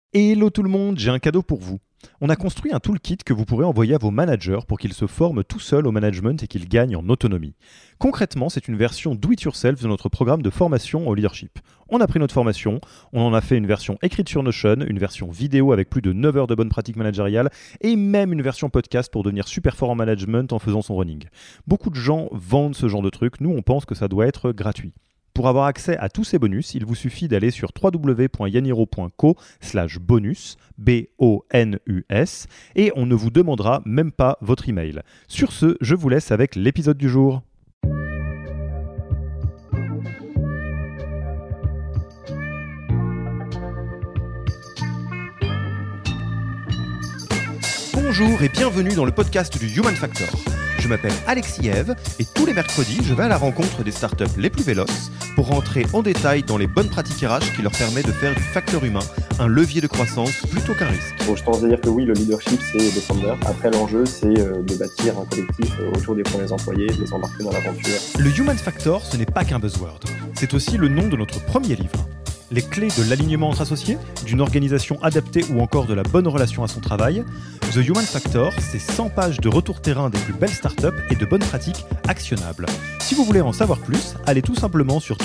Hello tout le monde, j'ai un cadeau pour vous. On a construit un toolkit que vous pourrez envoyer à vos managers pour qu'ils se forment tout seuls au management et qu'ils gagnent en autonomie. Concrètement, c'est une version do-it-yourself de notre programme de formation au leadership. On a pris notre formation, on en a fait une version écrite sur Notion, une version vidéo avec plus de 9 heures de bonnes pratiques managériales et même une version podcast pour devenir super fort en management en faisant son running. Beaucoup de gens vendent ce genre de truc, nous on pense que ça doit être gratuit. Pour avoir accès à tous ces bonus, il vous suffit d'aller sur www.yaniro.co/bonus, B-O-N-U-S, et on ne vous demandera même pas votre email. Sur ce, je vous laisse avec l'épisode du jour. Bonjour et bienvenue dans le podcast du Human Factor. Je m'appelle Alexis Eve et tous les mercredis, je vais à la rencontre des startups les plus véloces pour rentrer en détail dans les bonnes pratiques RH qui leur permettent de faire du facteur humain un levier de croissance plutôt qu'un risque. Bon, je pense dire que oui, le leadership, c'est des founders. Après, l'enjeu, c'est de bâtir un collectif autour des premiers employés, de les embarquer dans l'aventure. Le Human Factor, ce n'est pas qu'un buzzword. C'est aussi le nom de notre premier livre. Les clés de l'alignement entre associés, d'une organisation adaptée ou encore de la bonne relation à son travail, The Human Factor, c'est 100 pages de retour terrain des plus belles startups et de bonnes pratiques actionnables. Si vous voulez en savoir plus, allez tout simplement sur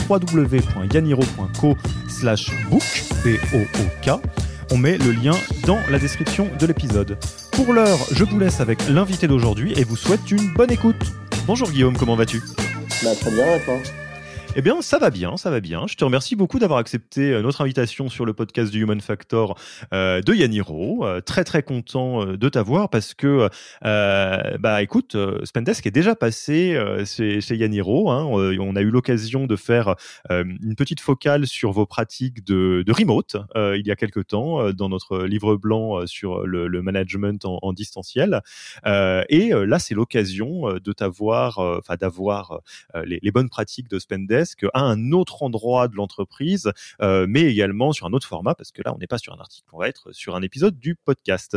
www.yaniro.co/book, B-O-O-K. On met le lien dans la description de l'épisode. Pour l'heure, je vous laisse avec l'invité d'aujourd'hui et vous souhaite une bonne écoute. Bonjour Guillaume, comment vas-tu ? Très bien, et toi ? Eh bien, ça va bien, ça va bien. Je te remercie beaucoup d'avoir accepté notre invitation sur le podcast du Human Factor de Yaniro. Très, très content de t'avoir parce que, écoute, Spendesk est déjà passé chez Yaniro. Hein. On a eu l'occasion de faire une petite focale sur vos pratiques de remote il y a quelque temps dans notre livre blanc sur le management en distanciel. Là, c'est l'occasion de t'avoir, d'avoir les bonnes pratiques de Spendesk à un autre endroit de l'entreprise, mais également sur un autre format, parce que là, on n'est pas sur un article, on va être sur un épisode du podcast.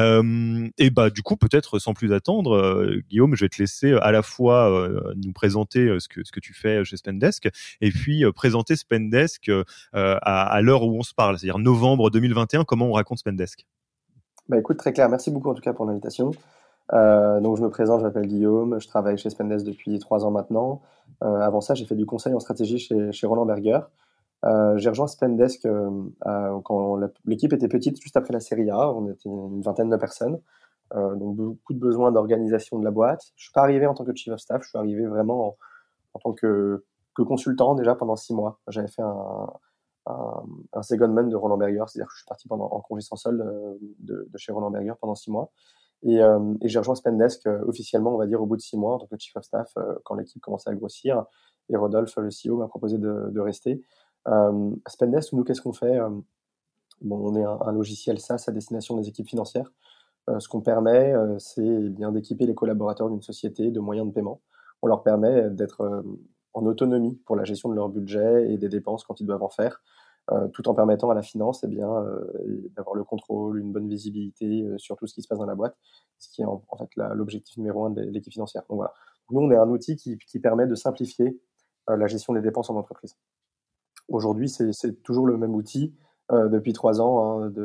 Du coup, peut-être sans plus attendre, Guillaume, je vais te laisser à la fois nous présenter ce que tu fais chez Spendesk, et puis présenter Spendesk à l'heure où on se parle, c'est-à-dire novembre 2021, comment on raconte Spendesk. Écoute, très clair. Merci beaucoup en tout cas pour l'invitation. Donc je me présente, je m'appelle Guillaume, je travaille chez Spendesk depuis 3 ans maintenant. Avant ça, j'ai fait du conseil en stratégie chez Roland Berger. J'ai rejoint Spendesk quand l'équipe était petite, juste après la série A. On était une vingtaine de personnes, donc beaucoup de besoins d'organisation de la boîte. Je suis pas arrivé en tant que chief of staff, je suis arrivé vraiment en tant que consultant déjà pendant 6 mois. J'avais fait un secondment de Roland Berger, c'est-à-dire que je suis parti en congé sans solde de chez Roland Berger pendant 6 mois. Et j'ai rejoint Spendesk officiellement, on va dire, au bout de 6 mois en tant que chief of staff quand l'équipe commençait à grossir. Et Rodolphe, le CEO, m'a proposé de rester. Spendesk, nous, qu'est-ce qu'on fait ? On est un logiciel SaaS à destination des équipes financières. Ce qu'on permet, c'est bien d'équiper les collaborateurs d'une société de moyens de paiement. On leur permet d'être en autonomie pour la gestion de leur budget et des dépenses quand ils doivent en faire, tout en permettant à la finance d'avoir le contrôle, une bonne visibilité sur tout ce qui se passe dans la boîte, ce qui est en fait l'objectif numéro 1 de l'équipe financière. Donc voilà. Nous, on est un outil qui permet de simplifier la gestion des dépenses en entreprise. Aujourd'hui, c'est toujours le même outil depuis 3 ans. Hein,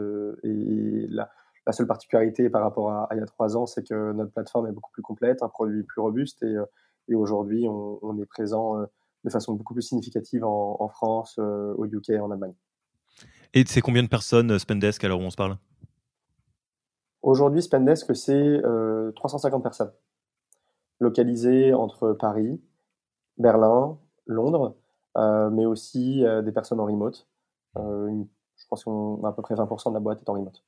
la seule particularité par rapport à il y a 3 ans, c'est que notre plateforme est beaucoup plus complète, un produit plus robuste et aujourd'hui, on est présent de façon beaucoup plus significative en France, au UK et en Allemagne. Et c'est combien de personnes Spendesk à l'heure où on se parle ? Aujourd'hui, Spendesk, c'est 350 personnes, localisées entre Paris, Berlin, Londres, mais aussi des personnes en remote. Je pense qu'à à peu près 20% de la boîte est en remote.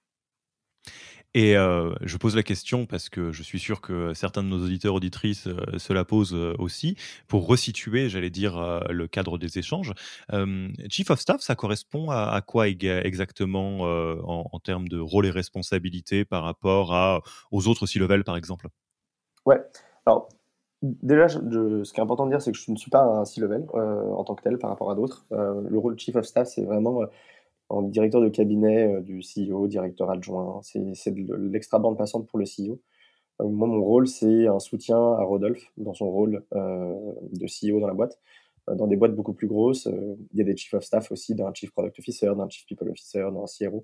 Et je pose la question parce que je suis sûr que certains de nos auditeurs auditrices se la posent aussi. Pour resituer, j'allais dire, le cadre des échanges, Chief of Staff, ça correspond à quoi exactement en termes de rôle et responsabilité par rapport aux autres C-level, par exemple ? Ouais, alors déjà, ce qui est important de dire, c'est que je ne suis pas un C-level en tant que tel par rapport à d'autres. Le rôle Chief of Staff, c'est vraiment en directeur de cabinet du CEO, directeur adjoint. C'est de l'extra bande passante pour le CEO. Moi, mon rôle, c'est un soutien à Rodolphe dans son rôle de CEO dans la boîte. Dans des boîtes beaucoup plus grosses, il y a des Chief of Staff aussi, d'un Chief Product Officer, d'un Chief People Officer, d'un CRO.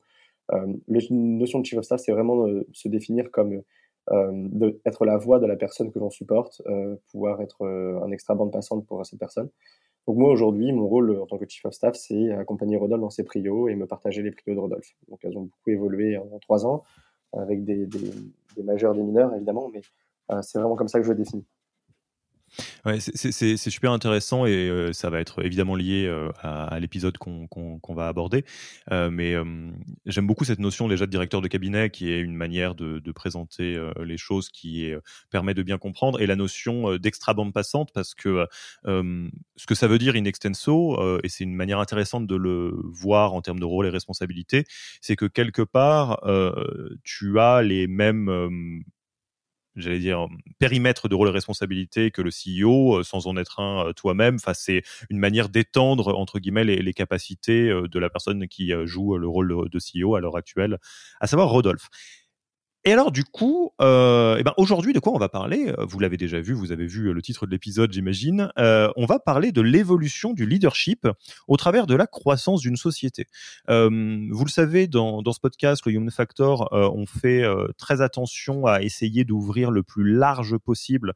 La notion de chief of staff, c'est vraiment se définir comme être la voix de la personne que l'on supporte, pouvoir être un extra bande passante pour cette personne. Donc moi aujourd'hui, mon rôle en tant que chief of staff, c'est accompagner Rodolphe dans ses prios et me partager les prios de Rodolphe. Donc elles ont beaucoup évolué en 3 ans, avec des majeurs, des mineurs évidemment, mais c'est vraiment comme ça que je le définis. Ouais, c'est super intéressant et ça va être évidemment lié à l'épisode qu'on va aborder. Mais j'aime beaucoup cette notion déjà de directeur de cabinet qui est une manière de présenter les choses qui permet de bien comprendre, et la notion d'extra bande passante parce que ce que ça veut dire in extenso, et c'est une manière intéressante de le voir en termes de rôle et responsabilité, c'est que quelque part tu as les mêmes j'allais dire, périmètre de rôle et responsabilité que le CEO, sans en être un toi-même. Enfin, c'est une manière d'étendre, entre guillemets, les capacités de la personne qui joue le rôle de CEO à l'heure actuelle, à savoir Rodolphe. Et alors, du coup, aujourd'hui, de quoi on va parler? Vous l'avez déjà vu, vous avez vu le titre de l'épisode, j'imagine. On va parler de l'évolution du leadership au travers de la croissance d'une société. Vous le savez, dans ce podcast, le Human Factor, on fait très attention à essayer d'ouvrir le plus large possible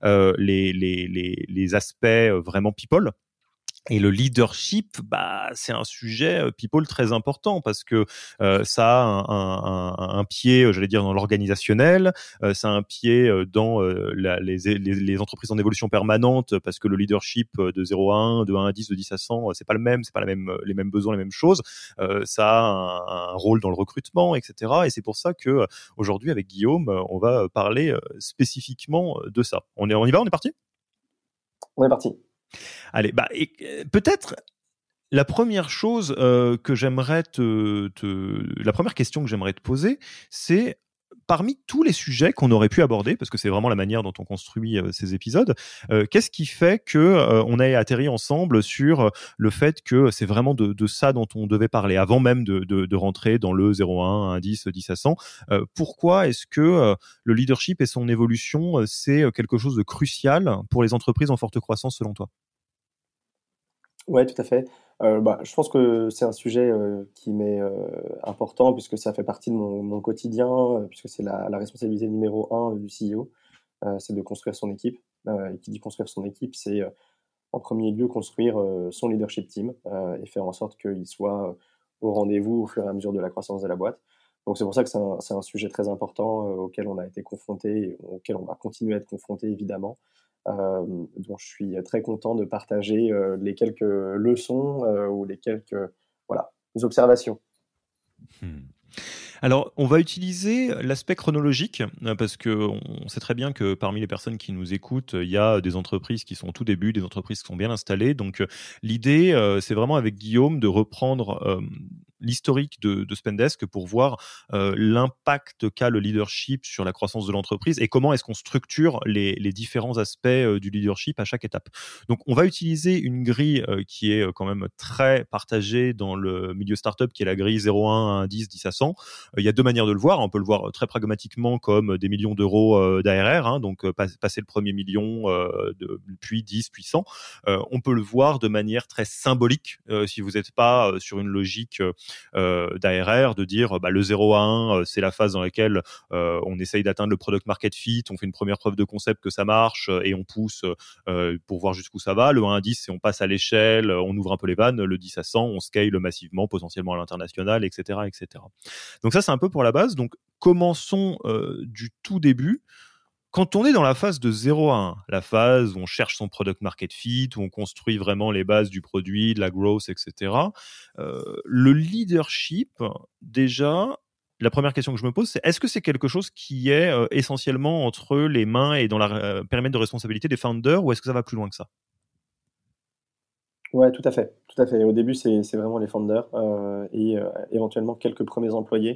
les aspects vraiment people. Et le leadership, c'est un sujet people très important parce que ça a un pied, j'allais dire, dans l'organisationnel, ça a un pied dans les entreprises en évolution permanente parce que le leadership de 0 à 1, de 1 à 10, de 10 à 100, c'est pas le même, c'est pas les mêmes besoins, les mêmes choses. Ça a un rôle dans le recrutement, etc. Et c'est pour ça que aujourd'hui, avec Guillaume, on va parler spécifiquement de ça. On y va, on est parti? On est parti. Allez, peut-être la première chose que j'aimerais la première question que j'aimerais te poser, c'est parmi tous les sujets qu'on aurait pu aborder, parce que c'est vraiment la manière dont on construit ces épisodes, qu'est-ce qui fait que on ait atterri ensemble sur le fait que c'est vraiment de ça dont on devait parler avant même de rentrer dans le 0 à 1, 1 à 10, 10 à 100. Pourquoi est-ce que le leadership et son évolution, c'est quelque chose de crucial pour les entreprises en forte croissance selon toi? Ouais, tout à fait. Je pense que c'est un sujet qui m'est important puisque ça fait partie de mon quotidien, puisque c'est la responsabilité numéro un du CEO, c'est de construire son équipe. Et qui dit construire son équipe, c'est en premier lieu construire son leadership team et faire en sorte qu'il soit au rendez-vous au fur et à mesure de la croissance de la boîte. Donc c'est pour ça que c'est un sujet très important auquel on a été confronté et auquel on va continuer à être confronté évidemment. Dont je suis très content de partager les quelques leçons ou les quelques voilà, observations. Hmm. Alors, on va utiliser l'aspect chronologique parce que on sait très bien que parmi les personnes qui nous écoutent, il y a des entreprises qui sont au tout début, des entreprises qui sont bien installées. Donc, l'idée, c'est vraiment avec Guillaume de reprendre l'historique de Spendesk pour voir l'impact qu'a le leadership sur la croissance de l'entreprise et comment est-ce qu'on structure les différents aspects du leadership à chaque étape. Donc, on va utiliser une grille qui est quand même très partagée dans le milieu startup, qui est la grille 0,1 à 10, 10 à 100. Il y a deux manières de le voir. On peut le voir très pragmatiquement comme des millions d'euros d'ARR, hein, donc passer le premier million, puis 10, puis 100. On peut le voir de manière très symbolique, si vous n'êtes pas sur une logique d'ARR, de dire le 0 à 1, c'est la phase dans laquelle on essaye d'atteindre le product market fit, on fait une première preuve de concept que ça marche et on pousse pour voir jusqu'où ça va. Le 1 à 10, c'est on passe à l'échelle, on ouvre un peu les vannes. Le 10 à 100, on scale massivement, potentiellement à l'international, etc., etc. Donc ça, c'est un peu pour la base. Donc commençons du tout début. Quand on est dans la phase de 0 à 1, la phase où on cherche son product market fit, où on construit vraiment les bases du produit, de la growth, etc., le leadership, déjà, la première question que je me pose, c'est est-ce que c'est quelque chose qui est essentiellement entre les mains et dans la périmètre de responsabilité des founders, ou est-ce que ça va plus loin que ça? Ouais, tout à fait, tout à fait. Au début, c'est vraiment les founders et éventuellement quelques premiers employés.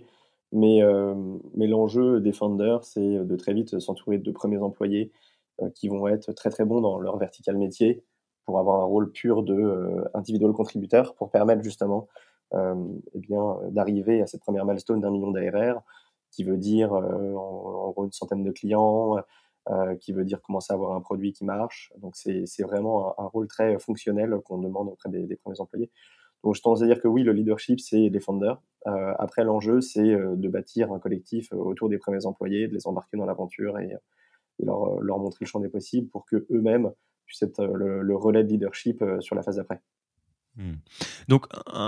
Mais l'enjeu des founders, c'est de très vite s'entourer de premiers employés qui vont être très, très bons dans leur vertical métier pour avoir un rôle pur de individual contributeur pour permettre justement d'arriver à cette première milestone d'1 million d'ARR qui veut dire en gros une centaine de clients, qui veut dire commencer à avoir un produit qui marche. Donc c'est vraiment un rôle très fonctionnel qu'on demande auprès des premiers employés. Donc, je tendance à dire que oui, le leadership, c'est les founders. Après, l'enjeu, c'est de bâtir un collectif autour des premiers employés, de les embarquer dans l'aventure et leur montrer le champ des possibles pour que eux-mêmes puissent être le relais de leadership sur la phase d'après. Donc,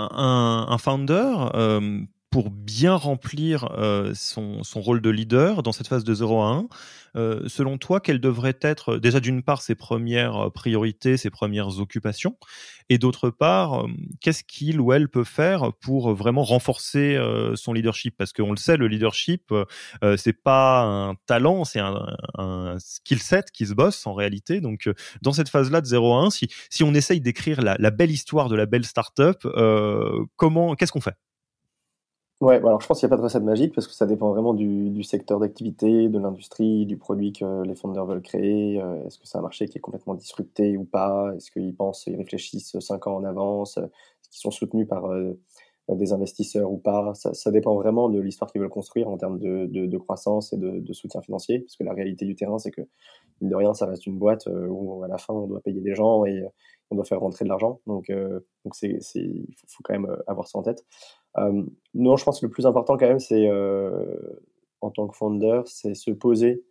un founder, pour bien remplir son rôle de leader dans cette phase de 0 à 1, selon toi, quelles devraient être déjà d'une part ses premières priorités, ses premières occupations, et d'autre part, qu'est-ce qu'il ou elle peut faire pour vraiment renforcer son leadership? Parce qu'on le sait, le leadership, c'est pas un talent, c'est un skill set qui se bosse en réalité. Donc, dans cette phase-là de 0 à 1, si on essaye d'écrire la belle histoire de la belle startup, qu'est-ce qu'on fait? Ouais, bah alors je pense qu'il n'y a pas de recette magique parce que ça dépend vraiment du secteur d'activité, de l'industrie, du produit que les founders veulent créer. Est-ce que c'est un marché qui est complètement disrupté ou pas? Est-ce qu'ils pensent, ils réfléchissent 5 ans en avance? Est-ce qu'ils sont soutenus par des investisseurs ou pas? Ça dépend vraiment de l'histoire qu'ils veulent construire en termes de croissance et de soutien financier. Parce que la réalité du terrain, c'est que, mine de rien, ça reste une boîte où à la fin, on doit payer des gens et on doit faire rentrer de l'argent. Donc il faut quand même avoir ça en tête. Non, je pense que le plus important quand même, c'est en tant que founder, c'est se poser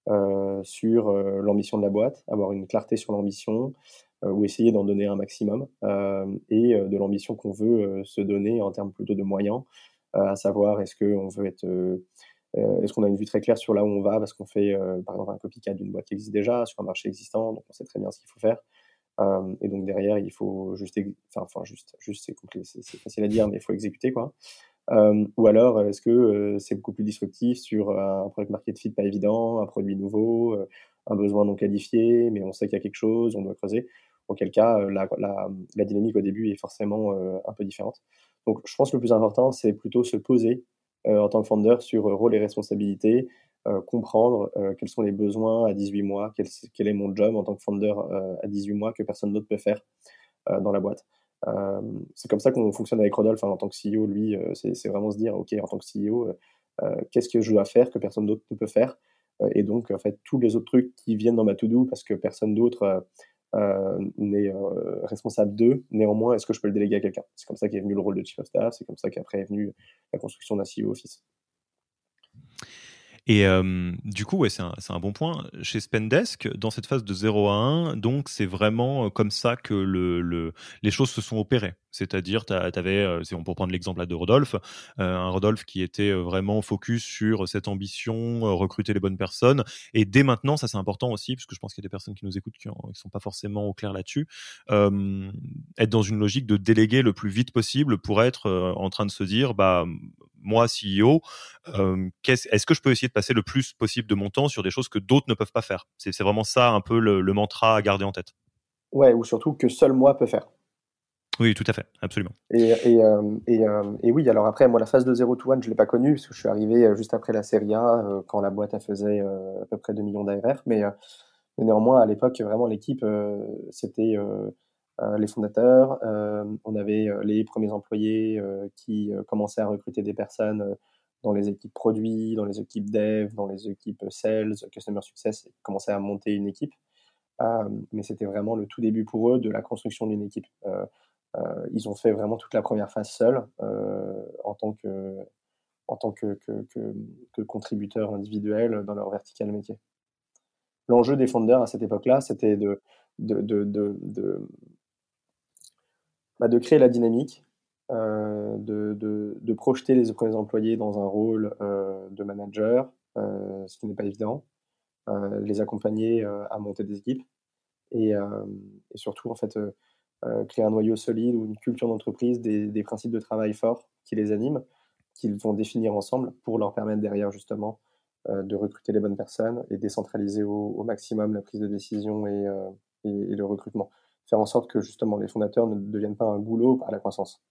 sur l'ambition de la boîte, avoir une clarté sur l'ambition ou essayer d'en donner un maximum et de l'ambition qu'on veut se donner en termes plutôt de moyens, à savoir est-ce qu'on veut être est-ce qu'on a une vue très claire sur là où on va parce qu'on fait par exemple un copycat d'une boîte qui existe déjà sur un marché existant, donc on sait très bien ce qu'il faut faire. Et donc derrière, il faut juste, juste c'est facile à dire, mais il faut exécuter quoi. Ou alors, est-ce que c'est beaucoup plus disruptif sur un product market fit pas évident, un produit nouveau, un besoin non qualifié, mais on sait qu'il y a quelque chose, on doit creuser. Auquel cas, la dynamique au début est forcément un peu différente. Donc, je pense que le plus important, c'est plutôt se poser en tant que founder sur rôle et responsabilité, comprendre quels sont les besoins à 18 mois, quel est mon job en tant que founder à 18 mois que personne d'autre peut faire dans la boîte. C'est comme ça qu'on fonctionne avec Rodolphe en tant que CEO. Lui, c'est vraiment se dire, OK, en tant que CEO, qu'est-ce que je dois faire que personne d'autre ne peut faire? Et donc, en fait, tous les autres trucs qui viennent dans ma to-do parce que personne d'autre n'est responsable d'eux, néanmoins, est-ce que je peux le déléguer à quelqu'un? C'est comme ça qu'est venu le rôle de Chief of Staff, c'est comme ça qu'après est venue la construction d'un CEO Office. Et du coup, ouais, c'est un bon point. Chez Spendesk, dans cette phase de 0 à 1, donc c'est vraiment comme ça que les choses se sont opérées. C'est-à-dire, pour prendre l'exemple là de Rodolphe, un Rodolphe qui était vraiment focus sur cette ambition, recruter les bonnes personnes. Et dès maintenant, ça c'est important aussi, parce que je pense qu'il y a des personnes qui nous écoutent qui sont pas forcément au clair là-dessus, être dans une logique de déléguer le plus vite possible pour être en train de se dire, bah moi, CEO, est-ce que je peux essayer de passer le plus possible de mon temps sur des choses que d'autres ne peuvent pas faire? C'est vraiment ça un peu le mantra à garder en tête. Ouais, ou surtout que seul moi peux faire. Oui, tout à fait, absolument. Et oui, alors après, moi, la phase de 0 to 1, je ne l'ai pas connue, parce que je suis arrivé juste après la série A, quand la boîte elle faisait à peu près 2 millions d'ARR. Mais néanmoins, à l'époque, vraiment, l'équipe, c'était les fondateurs. On avait les premiers employés qui commençaient à recruter des personnes dans les équipes produits, dans les équipes dev, dans les équipes sales, customer success, et commençaient à monter une équipe. Mais c'était vraiment le tout début pour eux de la construction d'une équipe. Ils ont fait vraiment toute la première phase seuls en tant que contributeur individuel dans leur vertical métier. L'enjeu des founders à cette époque-là, c'était de, de, de, de, de créer la dynamique, de projeter les premiers employés dans un rôle de manager, ce qui n'est pas évident, les accompagner à monter des équipes et, et surtout en fait créer un noyau solide ou une culture d'entreprise, des principes de travail forts qui les animent, qu'ils vont définir ensemble pour leur permettre derrière justement de recruter les bonnes personnes et décentraliser au maximum la prise de décision et le recrutement. Faire en sorte que justement les fondateurs ne deviennent pas un goulot à la croissance.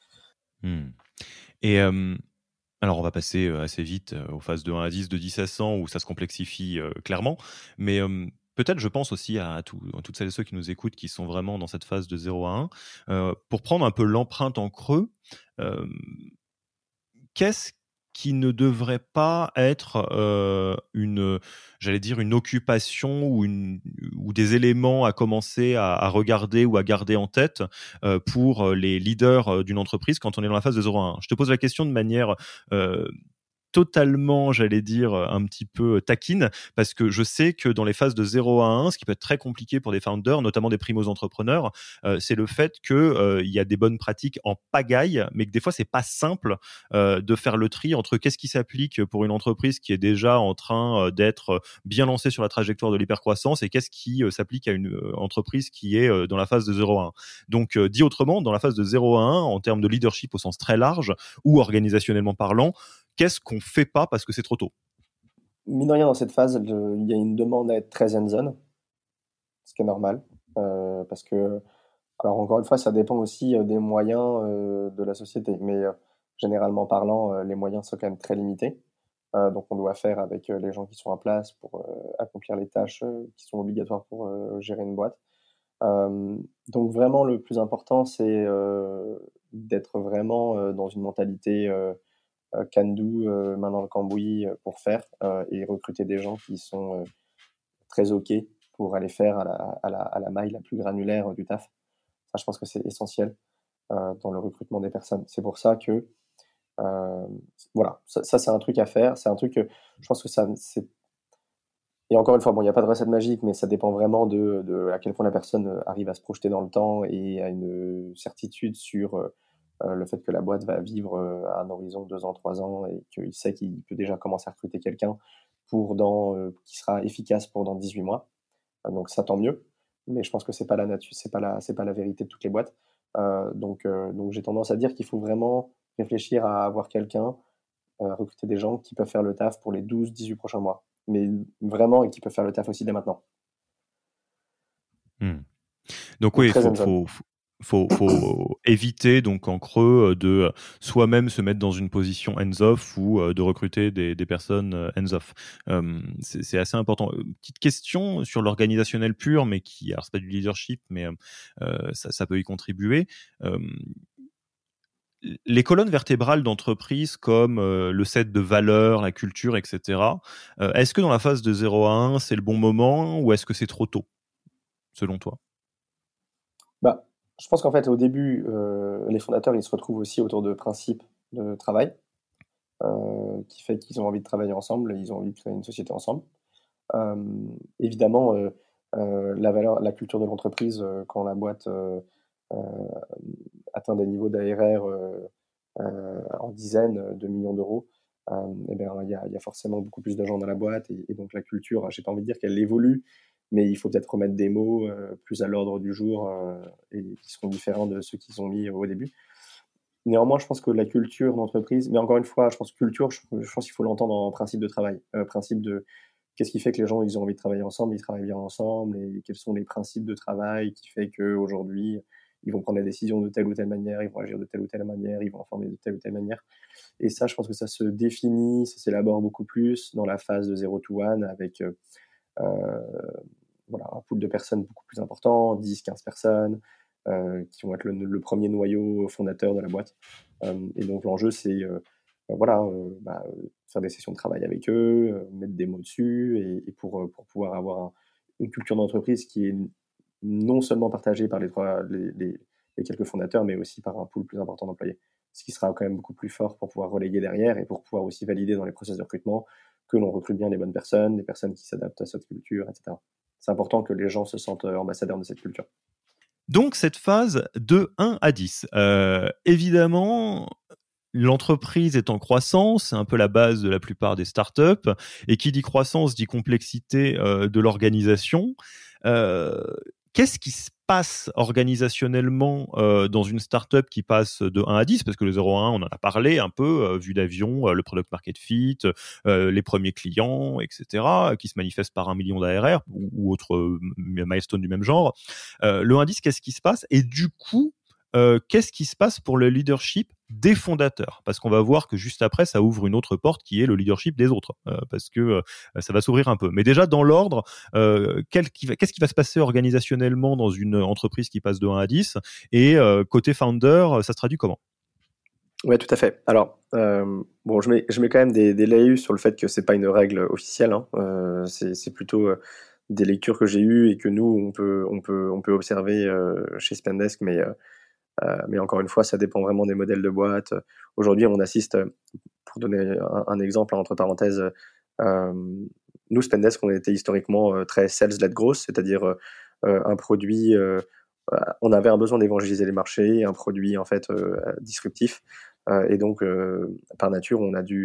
Et alors, on va passer assez vite aux phases de 1 à 10, de 10 à 100, où ça se complexifie clairement. Mais peut-être, je pense aussi à toutes celles et ceux qui nous écoutent, qui sont vraiment dans cette phase de 0 à 1. Pour prendre un peu l'empreinte en creux, qu'est-ce qui ne devrait pas être j'allais dire une occupation ou des éléments à commencer à regarder ou à garder en tête pour les leaders d'une entreprise quand on est dans la phase de 0 à 1. Je te pose la question de manière totalement, j'allais dire, un petit peu taquine, parce que je sais que dans les phases de 0 à 1, ce qui peut être très compliqué pour des founders, notamment des primos entrepreneurs, c'est le fait que il y a des bonnes pratiques en pagaille, mais que des fois c'est pas simple de faire le tri entre qu'est-ce qui s'applique pour une entreprise qui est déjà en train d'être bien lancée sur la trajectoire de l'hypercroissance et qu'est-ce qui s'applique à une entreprise qui est dans la phase de 0 à 1. Donc, dit autrement, dans la phase de 0 à 1, en termes de leadership au sens très large ou organisationnellement parlant, qu'est-ce qu'on fait pas parce que c'est trop tôt? Mine de rien, dans cette phase, il y a une demande à être très hands-on, ce qui est normal. Parce que, alors encore une fois, ça dépend aussi des moyens de la société. Mais généralement parlant, les moyens sont quand même très limités. Donc on doit faire avec les gens qui sont en place pour accomplir les tâches qui sont obligatoires pour gérer une boîte. Donc vraiment, le plus important, c'est d'être vraiment dans une mentalité can do, main dans le cambouis pour faire et recruter des gens qui sont très OK pour aller faire à la maille la plus granulaire du taf. Ça, je pense que c'est essentiel dans le recrutement des personnes. C'est pour ça que, voilà, ça c'est un truc à faire. C'est un truc que je pense que ça, c'est... Et encore une fois, bon, il n'y a pas de recette magique, mais ça dépend vraiment de à quel point la personne arrive à se projeter dans le temps et à une certitude sur le fait que la boîte va vivre à un horizon de 2 ans, 3 ans et qu'il sait qu'il peut déjà commencer à recruter quelqu'un qui sera efficace pour dans 18 mois. Donc ça, tant mieux. Mais je pense que c'est pas la nature, c'est pas la vérité de toutes les boîtes. Donc j'ai tendance à dire qu'il faut vraiment réfléchir à avoir quelqu'un, recruter des gens qui peuvent faire le taf pour les 12-18 prochains mois. Mais vraiment, et qui peuvent faire le taf aussi dès maintenant. Donc oui, faut éviter donc en creux de soi-même se mettre dans une position hands-off ou de recruter des personnes hands-off. C'est assez important. Petite question sur l'organisationnel pur, mais alors c'est pas du leadership, mais ça peut y contribuer. Les colonnes vertébrales d'entreprise comme le set de valeurs, la culture, etc. Est-ce que dans la phase de 0 à 1, c'est le bon moment ou est-ce que c'est trop tôt, selon toi? Je pense qu'en fait, au début, les fondateurs, ils se retrouvent aussi autour de principes de travail, qui fait qu'ils ont envie de travailler ensemble et ils ont envie de créer une société ensemble. Évidemment, la culture de l'entreprise, quand la boîte atteint des niveaux d'ARR en dizaines de millions d'euros, eh bien, il y a forcément beaucoup plus de gens dans la boîte et donc la culture, j'ai pas envie de dire qu'elle évolue, mais il faut peut-être remettre des mots plus à l'ordre du jour et qui seront différents de ceux qu'ils ont mis au début. Néanmoins, je pense que la culture d'entreprise, mais encore une fois, je pense qu'il faut l'entendre en principe de travail, principe de qu'est-ce qui fait que les gens ils ont envie de travailler ensemble, ils travaillent bien ensemble, et quels sont les principes de travail qui fait qu'aujourd'hui, ils vont prendre des décisions de telle ou telle manière, ils vont agir de telle ou telle manière, ils vont informer de telle ou telle manière. Et ça, je pense que ça se définit, ça s'élabore beaucoup plus dans la phase de 0 to 1 avec un pool de personnes beaucoup plus important, 10-15 personnes, qui vont être le premier noyau fondateur de la boîte. Et donc l'enjeu, c'est faire des sessions de travail avec eux, mettre des mots dessus, et pour pouvoir avoir une culture d'entreprise qui est non seulement partagée par les quelques fondateurs, mais aussi par un pool plus important d'employés. Ce qui sera quand même beaucoup plus fort pour pouvoir reléguer derrière et pour pouvoir aussi valider dans les processus de recrutement que l'on recrute bien les bonnes personnes, des personnes qui s'adaptent à cette culture, etc. C'est important que les gens se sentent ambassadeurs de cette culture. Donc, cette phase de 1 à 10, évidemment, l'entreprise est en croissance, c'est un peu la base de la plupart des startups, et qui dit croissance dit complexité de l'organisation. Qu'est-ce qui se passe organisationnellement dans une startup qui passe de 1 à 10? Parce que le 0 à 1, on en a parlé un peu, vue d'avion, le product market fit, les premiers clients, etc., qui se manifestent par 1 million d'ARR ou autre milestone du même genre. Le 1 à 10, qu'est-ce qui se passe? Et du coup, qu'est-ce qui se passe pour le leadership des fondateurs? Parce qu'on va voir que juste après, ça ouvre une autre porte qui est le leadership des autres, parce que ça va s'ouvrir un peu. Mais déjà, dans l'ordre, qu'est-ce qui va se passer organisationnellement dans une entreprise qui passe de 1 à 10? Et côté founder, ça se traduit comment? Ouais, tout à fait. Alors, bon, je mets quand même des laïus sur le fait que c'est pas une règle officielle, hein. C'est plutôt des lectures que j'ai eues et que nous, on peut observer chez Spendesk, mais encore une fois, ça dépend vraiment des modèles de boîte. Aujourd'hui, on assiste, pour donner un exemple, entre parenthèses, euh, nous, Spendesk, on était historiquement très sales-led growth, c'est-à-dire un produit, on avait un besoin d'évangéliser les marchés, un produit en fait disruptif. Et donc, par nature,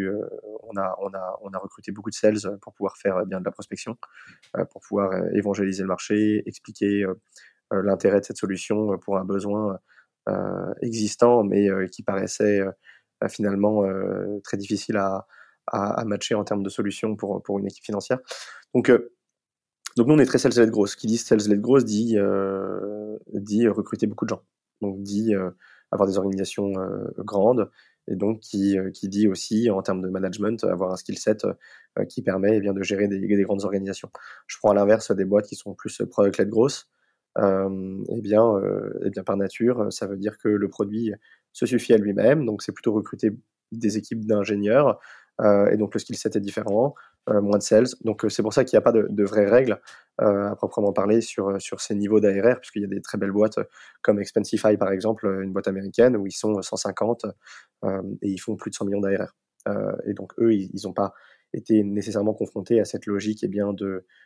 on a recruté beaucoup de sales pour pouvoir faire bien de la prospection, pour pouvoir évangéliser le marché, expliquer l'intérêt de cette solution pour un besoin existant, mais qui paraissait finalement très difficile à matcher en termes de solutions pour une équipe financière. Donc, donc nous, on est très sales-led growth. Qui dit sales-led growth dit recruter beaucoup de gens. Donc dit avoir des organisations grandes, et donc qui dit aussi en termes de management avoir un skill set qui permet eh bien, de gérer des grandes organisations. Je prends à l'inverse des boîtes qui sont plus product-led growth. Eh bien par nature, ça veut dire que le produit se suffit à lui-même, donc c'est plutôt recruter des équipes d'ingénieurs, et donc le skill set est différent, moins de sales. Donc c'est pour ça qu'il n'y a pas de vraies règles à proprement parler sur ces niveaux d'ARR, puisqu'il y a des très belles boîtes comme Expensify par exemple, une boîte américaine où ils sont 150 et ils font plus de 100 millions d'ARR. Et donc eux, ils n'ont pas été nécessairement confrontés à cette logique eh bien,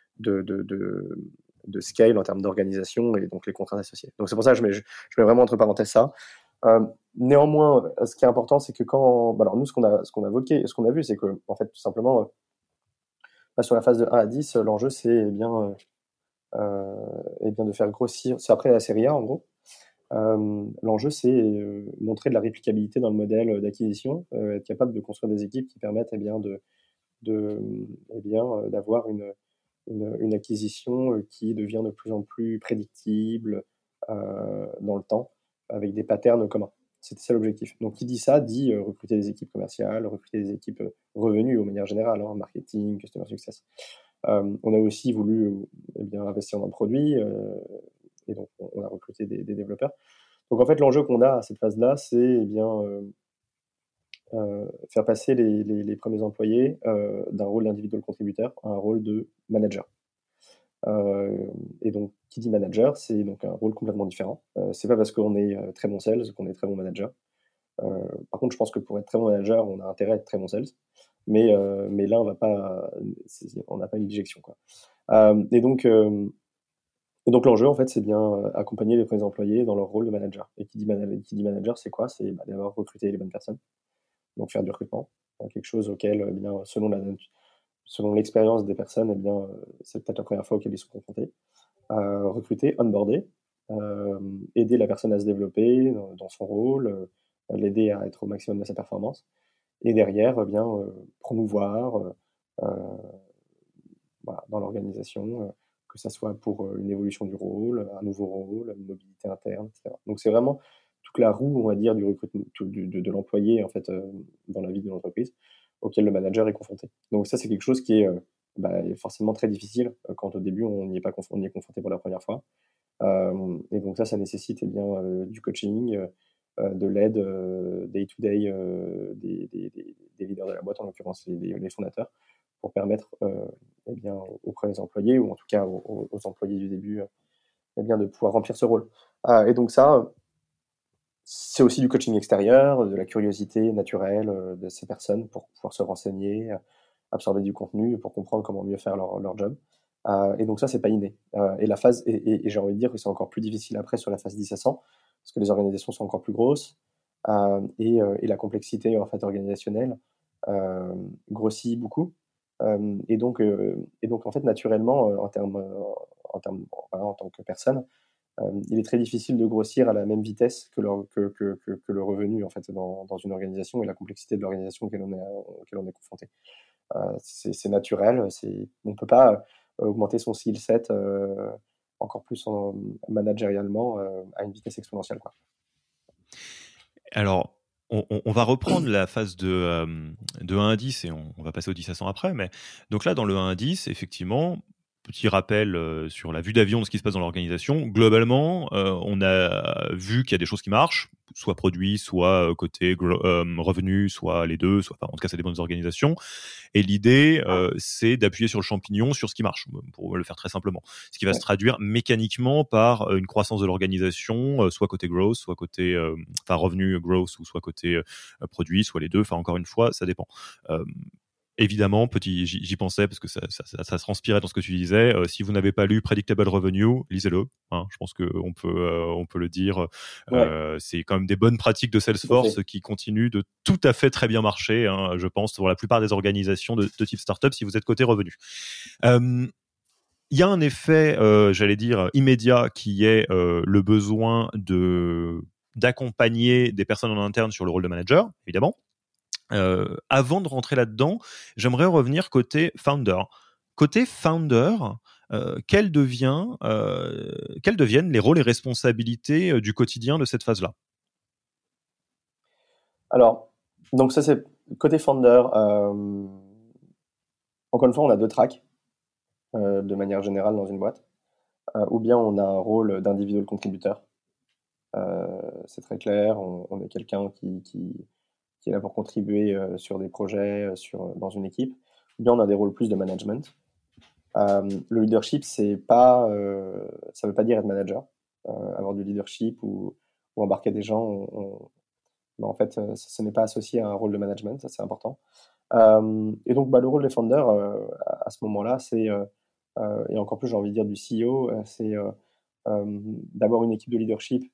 de scale en termes d'organisation et donc les contraintes associées. Donc c'est pour ça que je mets vraiment entre parenthèses ça. Néanmoins, ce qui est important, c'est que quand, alors nous, ce qu'on a vu, c'est que en fait, tout simplement, sur la phase de 1 à 10, l'enjeu, c'est eh bien de faire grossir. C'est après la série A, en gros. L'enjeu, c'est montrer de la réplicabilité dans le modèle d'acquisition, être capable de construire des équipes qui permettent eh bien, d'avoir une acquisition qui devient de plus en plus prédictible dans le temps, avec des patterns communs. C'était ça l'objectif. Donc, qui dit ça, dit recruter des équipes commerciales, recruter des équipes revenues, de manière générale, hein, marketing, customer success. On a aussi voulu investir dans le produit, et donc on a recruté des développeurs. Donc, en fait, l'enjeu qu'on a à cette phase-là, c'est faire passer les premiers employés d'un rôle d'individual contributeur à un rôle de manager. Et donc, qui dit manager, c'est donc un rôle complètement différent. C'est pas parce qu'on est très bon sales qu'on est très bon manager. Par contre, je pense que pour être très bon manager, on a intérêt à être très bon sales. Mais là, on n'a pas une déjection, quoi. Et donc l'enjeu, en fait, c'est bien accompagner les premiers employés dans leur rôle de manager. Et qui dit manager, c'est quoi? C'est d'abord recruter les bonnes personnes, donc faire du recrutement, quelque chose auquel, selon l'expérience des personnes, c'est peut-être la première fois auxquelles ils sont confrontés. Recruter, onboarder, aider la personne à se développer dans son rôle, l'aider à être au maximum de sa performance, et derrière, promouvoir dans l'organisation, que ça soit pour une évolution du rôle, un nouveau rôle, une mobilité interne, etc. Donc c'est vraiment toute la roue, on va dire, du recrutement, de l'employé en fait dans la vie de l'entreprise, auquel le manager est confronté. Donc ça, c'est quelque chose qui est forcément très difficile quand au début on y est confronté pour la première fois. Et donc ça nécessite du coaching, de l'aide day-to-day des leaders de la boîte, en l'occurrence les fondateurs, pour permettre aux premiers employés, ou en tout cas aux employés du début, de pouvoir remplir ce rôle. Et donc ça, c'est aussi du coaching extérieur, de la curiosité naturelle de ces personnes pour pouvoir se renseigner, absorber du contenu pour comprendre comment mieux faire leur job. Et donc ça, c'est pas inné. Et la phase, et j'ai envie de dire que c'est encore plus difficile après sur la phase 10 à 100, parce que les organisations sont encore plus grosses, et la complexité en fait organisationnelle grossit beaucoup. Et donc en fait, naturellement, en tant que personne, il est très difficile de grossir à la même vitesse que le revenu en fait dans une organisation, et la complexité de l'organisation auquel on est confronté. C'est naturel, on ne peut pas augmenter son skill set encore plus managérialement à une vitesse exponentielle, quoi. Alors, on va reprendre la phase de 1 à 10 et on va passer au 10 à 100 après. Mais donc là, dans le 1 à 10, effectivement, petit rappel sur la vue d'avion de ce qui se passe dans l'organisation. Globalement, on a vu qu'il y a des choses qui marchent, soit produits, soit côté revenus, soit les deux, soit en tout cas c'est des bonnes organisations. Et l'idée, c'est d'appuyer sur le champignon, sur ce qui marche, pour le faire très simplement. Ce qui va se traduire mécaniquement par une croissance de l'organisation, soit côté growth, soit côté revenu growth, ou soit côté produit, soit les deux. Enfin, encore une fois, ça dépend. Évidemment, j'y pensais parce que ça se transpirait dans ce que tu disais. Si vous n'avez pas lu Predictable Revenue, lisez-le. Hein, je pense qu'on peut le dire. C'est quand même des bonnes pratiques de Salesforce qui continuent de tout à fait très bien marcher. Hein, je pense pour la plupart des organisations de type startup, si vous êtes côté revenu. Il y a un effet, j'allais dire immédiat, qui est le besoin d'accompagner des personnes en interne sur le rôle de manager, évidemment. Avant de rentrer là-dedans, j'aimerais revenir côté founder. Côté founder, quels deviennent les rôles et responsabilités du quotidien de cette phase-là? Alors, donc ça c'est côté founder. Encore une fois, on a deux tracks de manière générale dans une boîte. Ou bien on a un rôle d'individual contributeur. C'est très clair, on est quelqu'un qui est là pour contribuer sur des projets, dans une équipe. Ou bien on a des rôles plus de management. Le leadership, ça veut pas dire être manager. Avoir du leadership ou embarquer des gens, en fait, ce n'est pas associé à un rôle de management, ça c'est important. Et donc, le rôle des founders, à ce moment-là, c'est, et encore plus, j'ai envie de dire du CEO, c'est d'avoir une équipe de leadership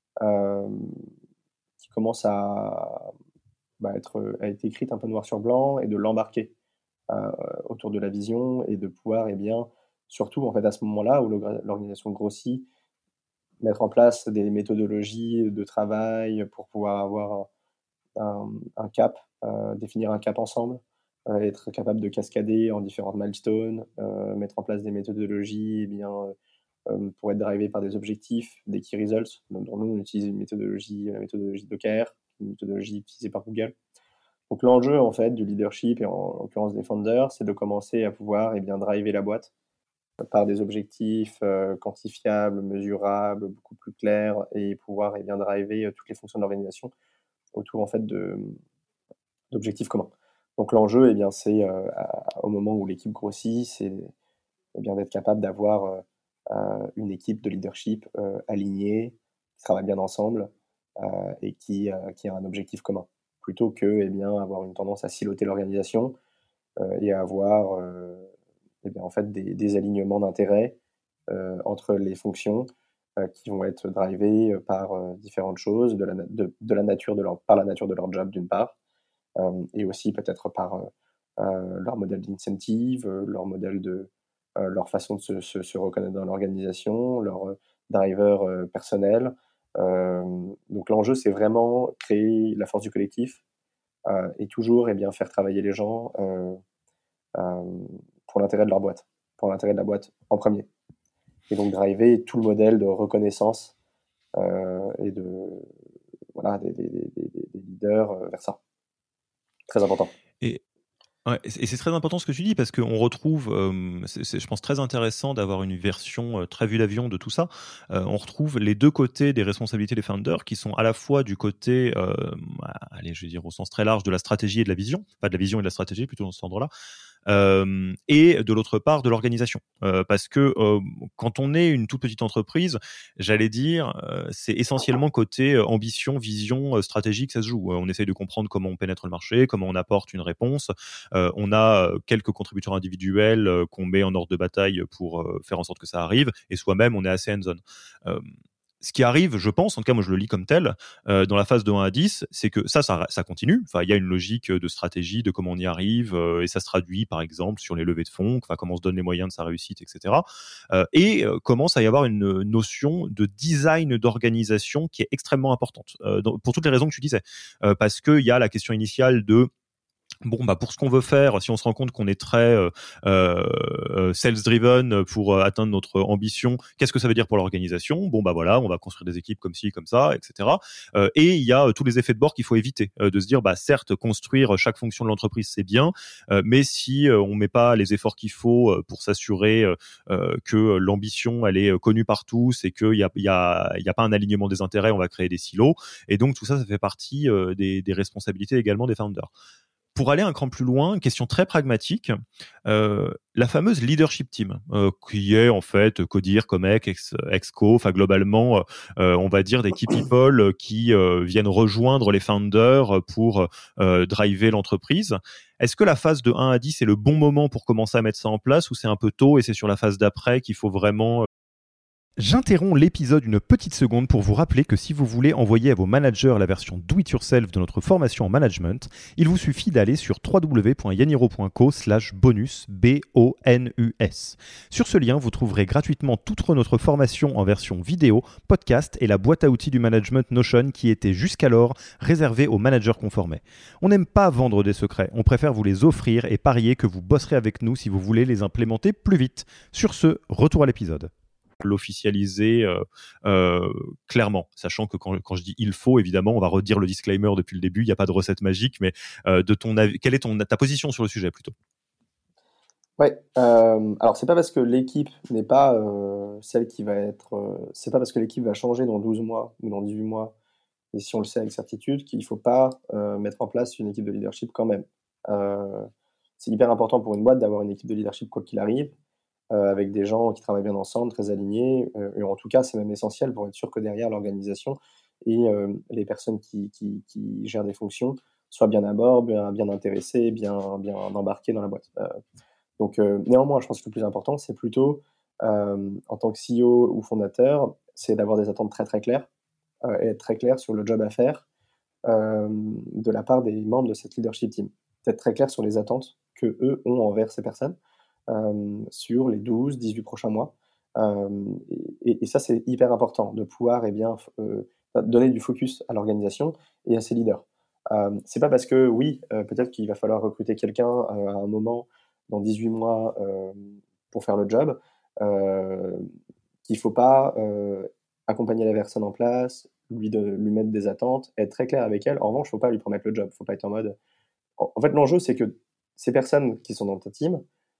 qui commence à être écrite un peu noir sur blanc et de l'embarquer autour de la vision et de pouvoir, surtout en fait à ce moment-là où l'organisation grossit, mettre en place des méthodologies de travail pour pouvoir avoir un cap, définir un cap ensemble, être capable de cascader en différentes milestones, mettre en place des méthodologies pour être drivé par des objectifs, des key results. Dont nous, on utilise la méthodologie Docker, une méthodologie utilisée par Google. Donc l'enjeu en fait du leadership et en l'occurrence des founders, c'est de commencer à pouvoir driver la boîte par des objectifs quantifiables, mesurables, beaucoup plus clairs, et pouvoir driver toutes les fonctions de l'organisation autour en fait d'objectifs communs. Donc l'enjeu, c'est au moment où l'équipe grossit, c'est d'être capable d'avoir une équipe de leadership alignée, qui travaille bien ensemble et qui a un objectif commun, plutôt que avoir une tendance à siloter l'organisation et à avoir en fait des alignements d'intérêts entre les fonctions qui vont être drivées par différentes choses par la nature de leur job d'une part, et aussi peut-être par leur modèle d'incentive, leur modèle leur façon de se reconnaître dans l'organisation, leur driver personnel. Donc l'enjeu, c'est vraiment créer la force du collectif et toujours faire travailler les gens pour l'intérêt de leur boîte, pour l'intérêt de la boîte en premier. Et donc driver tout le modèle de reconnaissance et des leaders vers ça. Très important. Et c'est très important ce que tu dis, parce qu'on retrouve, c'est je pense très intéressant d'avoir une version très vue d'avion de tout ça. On retrouve les deux côtés des responsabilités des founders, qui sont à la fois du côté, allez, je vais dire au sens très large, de la stratégie et de la vision, pas de la vision et de la stratégie, plutôt dans ce ordre-là. Et de l'autre part de l'organisation, parce que quand on est une toute petite entreprise, j'allais dire, c'est essentiellement côté ambition, vision, stratégique, ça se joue. On essaye de comprendre comment on pénètre le marché, comment on apporte une réponse. On a quelques contributeurs individuels qu'on met en ordre de bataille pour faire en sorte que ça arrive, et soi-même on est assez hands-on. Ce qui arrive, je pense, en tout cas moi je le lis comme tel, dans la phase de 1 à 10, c'est que ça continue. Enfin, il y a une logique de stratégie, de comment on y arrive, et ça se traduit par exemple sur les levées de fonds, enfin comment on se donne les moyens de sa réussite, etc. Et commence à y avoir une notion de design d'organisation qui est extrêmement importante, pour toutes les raisons que tu disais, parce qu'il y a la question initiale de Bon, bah pour ce qu'on veut faire, si on se rend compte qu'on est très sales-driven pour atteindre notre ambition, qu'est-ce que ça veut dire pour l'organisation? Bon, bah voilà, on va construire des équipes comme ci, comme ça, etc. Et il y a tous les effets de bord qu'il faut éviter. De se dire, bah certes, construire chaque fonction de l'entreprise, c'est bien, mais si on met pas les efforts qu'il faut pour s'assurer que l'ambition, elle est connue par tous et qu'il y a pas un alignement des intérêts, on va créer des silos. Et donc tout ça, ça fait partie des responsabilités également des founders. Pour aller un cran plus loin, question très pragmatique, la fameuse leadership team, qui est en fait Codir, Comex, Exco, enfin globalement, on va dire des key people qui viennent rejoindre les founders pour driver l'entreprise. Est-ce que la phase de 1 à 10 est le bon moment pour commencer à mettre ça en place, ou c'est un peu tôt et c'est sur la phase d'après qu'il faut vraiment... J'interromps l'épisode une petite seconde pour vous rappeler que si vous voulez envoyer à vos managers la version Do It Yourself de notre formation en management, il vous suffit d'aller sur www.yaniro.co/bonus, B-O-N-U-S. Sur ce lien, vous trouverez gratuitement toute notre formation en version vidéo, podcast et la boîte à outils du management Notion qui était jusqu'alors réservée aux managers conformés. On n'aime pas vendre des secrets, on préfère vous les offrir et parier que vous bosserez avec nous si vous voulez les implémenter plus vite. Sur ce, retour à l'épisode. L'officialiser clairement, sachant que quand je dis il faut, évidemment, on va redire le disclaimer depuis le début, il n'y a pas de recette magique, mais de ton avis, quelle est ta position sur le sujet plutôt? Ouais, alors c'est pas parce que l'équipe n'est pas celle qui va être. C'est pas parce que l'équipe va changer dans 12 mois ou dans 18 mois, et si on le sait avec certitude, qu'il faut pas mettre en place une équipe de leadership quand même. C'est hyper important pour une boîte d'avoir une équipe de leadership quoi qu'il arrive, avec des gens qui travaillent bien ensemble, très alignés, et en tout cas, c'est même essentiel pour être sûr que derrière l'organisation et les personnes qui gèrent des fonctions soient bien à bord, bien intéressées, bien embarquées dans la boîte. Donc néanmoins, je pense que le plus important, c'est plutôt, en tant que CEO ou fondateur, c'est d'avoir des attentes très, très claires, et être très clair sur le job à faire, de la part des membres de cette leadership team. Être très clair sur les attentes qu'eux ont envers ces personnes, sur les 12-18 prochains mois. Et ça, c'est hyper important de pouvoir donner du focus à l'organisation et à ses leaders. C'est pas parce que, oui, peut-être qu'il va falloir recruter quelqu'un à un moment, dans 18 mois, pour faire le job, qu'il faut pas accompagner la personne en place, lui mettre des attentes, être très clair avec elle. En revanche, il faut pas lui promettre le job. Il faut pas être en mode. En fait, l'enjeu, c'est que ces personnes qui sont dans ta team,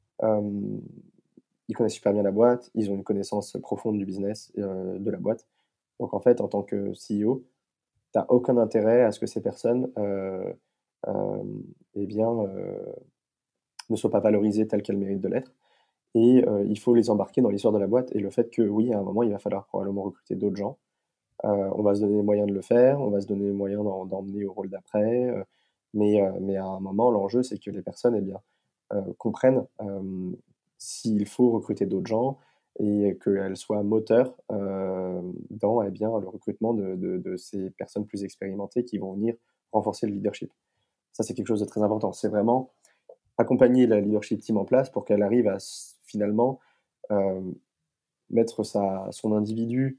ils connaissent super bien la boîte, ils ont une connaissance profonde du business de la boîte. Donc en fait, en tant que CEO, tu n'as aucun intérêt à ce que ces personnes eh bien, ne soient pas valorisées telles qu'elles méritent de l'être. Et il faut les embarquer dans l'histoire de la boîte. Et le fait que oui, à un moment, il va falloir probablement recruter d'autres gens. On va se donner les moyens de le faire, on va se donner les moyens d'emmener au rôle d'après. Mais à un moment, l'enjeu, c'est que les personnes comprennent s'il faut recruter d'autres gens et qu'elles soient moteurs dans le recrutement de ces personnes plus expérimentées qui vont venir renforcer le leadership. Ça, c'est quelque chose de très important. C'est vraiment accompagner la leadership team en place pour qu'elle arrive à finalement mettre son individu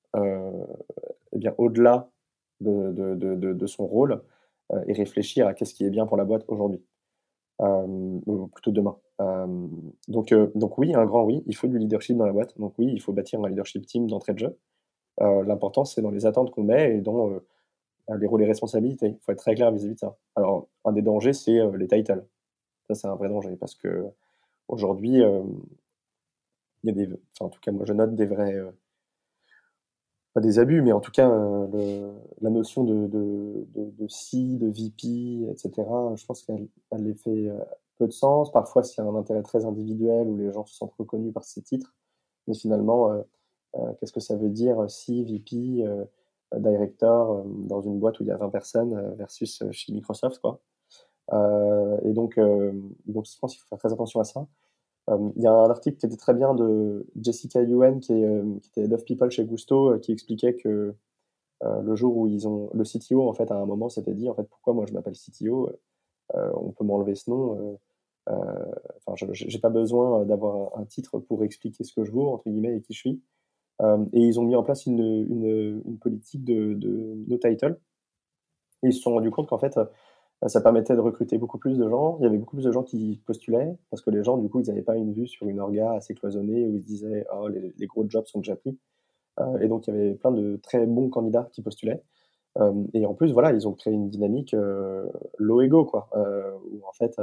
au-delà de son rôle et réfléchir à qu'est-ce qui est bien pour la boîte aujourd'hui, ou plutôt demain. Donc oui, un grand oui, il faut du leadership dans la boîte. Donc oui, il faut bâtir un leadership team d'entrée de jeu. L'important, c'est dans les attentes qu'on met et dans les rôles et responsabilités. Il faut être très clair vis-à-vis de ça. Alors, un des dangers, c'est les titles. Ça, c'est un vrai danger parce que aujourd'hui, il y a en tout cas, moi, je note des vrais, pas des abus, mais en tout cas, la notion de C, de VP, etc., je pense qu'elle les fait peu de sens. Parfois, s'il y a un intérêt très individuel où les gens se sentent reconnus par ces titres, mais finalement, qu'est-ce que ça veut dire C, VP, Director, dans une boîte où il y a 20 personnes versus chez Microsoft, quoi. Donc, je pense qu'il faut faire très attention à ça. Il y a un article qui était très bien de Jessica Yuen, qui était Head of People chez Gusto, qui expliquait que le jour où le CTO, en fait, à un moment, s'était dit, en fait, pourquoi moi je m'appelle CTO, on peut m'enlever ce nom. J'ai pas besoin d'avoir un titre pour expliquer ce que je vaux, entre guillemets, et qui je suis. Et ils ont mis en place une politique de no title. Et ils se sont rendus compte qu'en fait, Ça permettait de recruter beaucoup plus de gens. Il y avait beaucoup plus de gens qui postulaient parce que les gens, du coup, ils n'avaient pas une vue sur une orga assez cloisonnée où ils se disaient « Oh, les gros jobs sont déjà pris ». Et donc, il y avait plein de très bons candidats qui postulaient. Et en plus, voilà, ils ont créé une dynamique low ego, quoi, où en fait,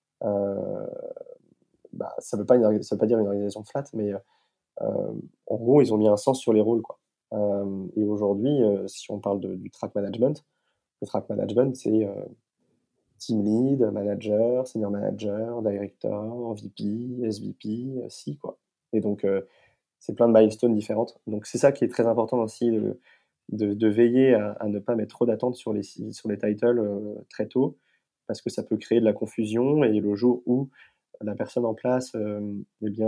bah, ça veut pas dire une organisation flat, mais en gros, ils ont mis un sens sur les rôles, quoi. Et aujourd'hui, si on parle du track management, le track management, c'est team lead, manager, senior manager, director, VP, SVP, C, quoi. Et donc, c'est plein de milestones différentes. Donc, c'est ça qui est très important aussi, de veiller à ne pas mettre trop d'attentes sur les titles très tôt, parce que ça peut créer de la confusion. Et le jour où la personne en place eh bien,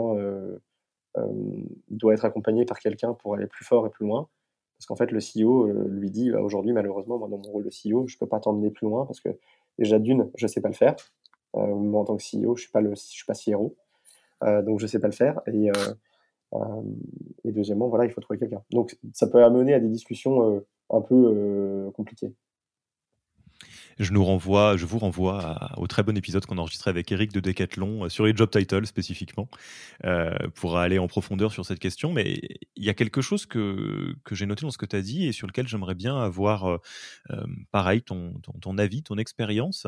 doit être accompagnée par quelqu'un pour aller plus fort et plus loin, parce qu'en fait, le CEO lui dit bah, aujourd'hui, malheureusement, moi, dans mon rôle de CEO, je ne peux pas t'emmener plus loin parce que déjà, d'une, je ne sais pas le faire. Moi, en tant que CEO, je ne suis pas CRO, donc je ne sais pas le faire. Et deuxièmement, voilà, il faut trouver quelqu'un. Donc, ça peut amener à des discussions un peu compliquées. Je vous renvoie au très bon épisode qu'on a enregistré avec Eric de Decathlon sur les job titles spécifiquement, pour aller en profondeur sur cette question. Mais il y a quelque chose que j'ai noté dans ce que tu as dit et sur lequel j'aimerais bien avoir pareil ton avis, ton expérience.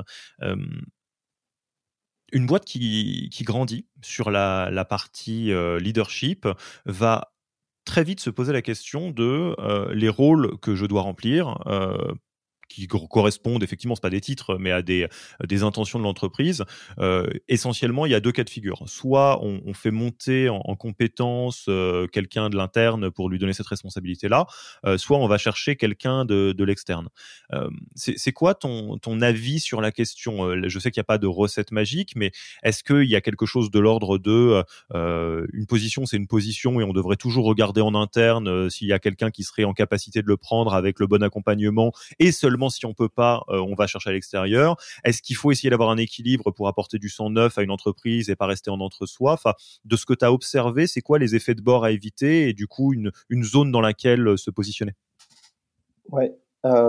Une boîte qui grandit sur la partie leadership va très vite se poser la question de les rôles que je dois remplir, qui correspondent effectivement, c'est pas des titres, mais à des intentions de l'entreprise. Essentiellement, il y a deux cas de figure. Soit on fait monter en compétence quelqu'un de l'interne pour lui donner cette responsabilité-là, soit on va chercher quelqu'un de l'externe. C'est quoi ton avis sur la question? Je sais qu'il n'y a pas de recette magique, mais est-ce qu'il y a quelque chose de l'ordre de une position, c'est une position et on devrait toujours regarder en interne s'il y a quelqu'un qui serait en capacité de le prendre avec le bon accompagnement, et seulement si on peut pas, on va chercher à l'extérieur? Est-ce qu'il faut essayer d'avoir un équilibre pour apporter du sang neuf à une entreprise et pas rester en entre-soi? Enfin, de ce que tu as observé, c'est quoi les effets de bord à éviter et du coup une zone dans laquelle se positionner? Ouais.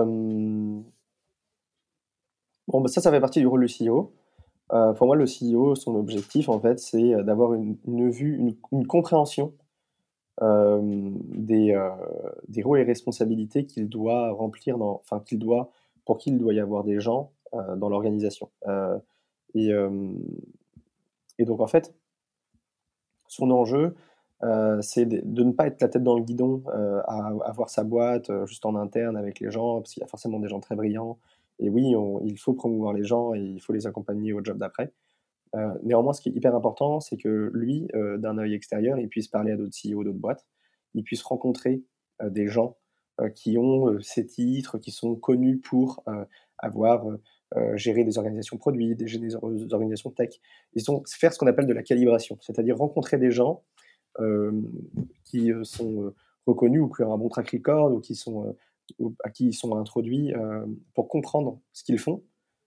Bon, bah, ça fait partie du rôle du CEO. Pour moi, le CEO, son objectif, en fait, c'est d'avoir une vue, une compréhension des rôles et responsabilités qu'il doit remplir pour qui il doit y avoir des gens dans l'organisation. Et, euh, et donc, en fait, son enjeu, c'est de ne pas être la tête dans le guidon, à avoir sa boîte juste en interne avec les gens, parce qu'il y a forcément des gens très brillants. Et oui, il faut promouvoir les gens et il faut les accompagner au job d'après. Néanmoins, ce qui est hyper important, c'est que lui, d'un œil extérieur, il puisse parler à d'autres CEO d'autres boîtes, il puisse rencontrer des gens qui ont ces titres, qui sont connus pour avoir géré des organisations produits, des organisations tech. Ils ont faire ce qu'on appelle de la calibration, c'est-à-dire rencontrer des gens euh, qui sont reconnus ou qui ont un bon track record ou à qui ils sont introduits pour comprendre ce qu'ils font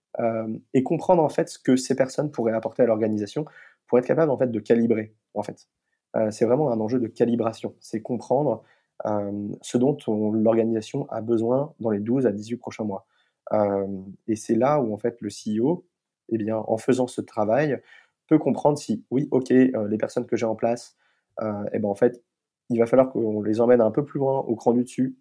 et comprendre en fait ce que ces personnes pourraient apporter à l'organisation pour être capable en fait de calibrer en fait. C'est vraiment un enjeu de calibration, c'est comprendre ce dont l'organisation a besoin dans les 12 à 18 prochains mois. Et c'est là où en fait le CEO, eh bien, en faisant ce travail, peut comprendre si oui, ok, les personnes que j'ai en place, eh ben, en fait, il va falloir qu'on les emmène un peu plus loin au cran du dessus,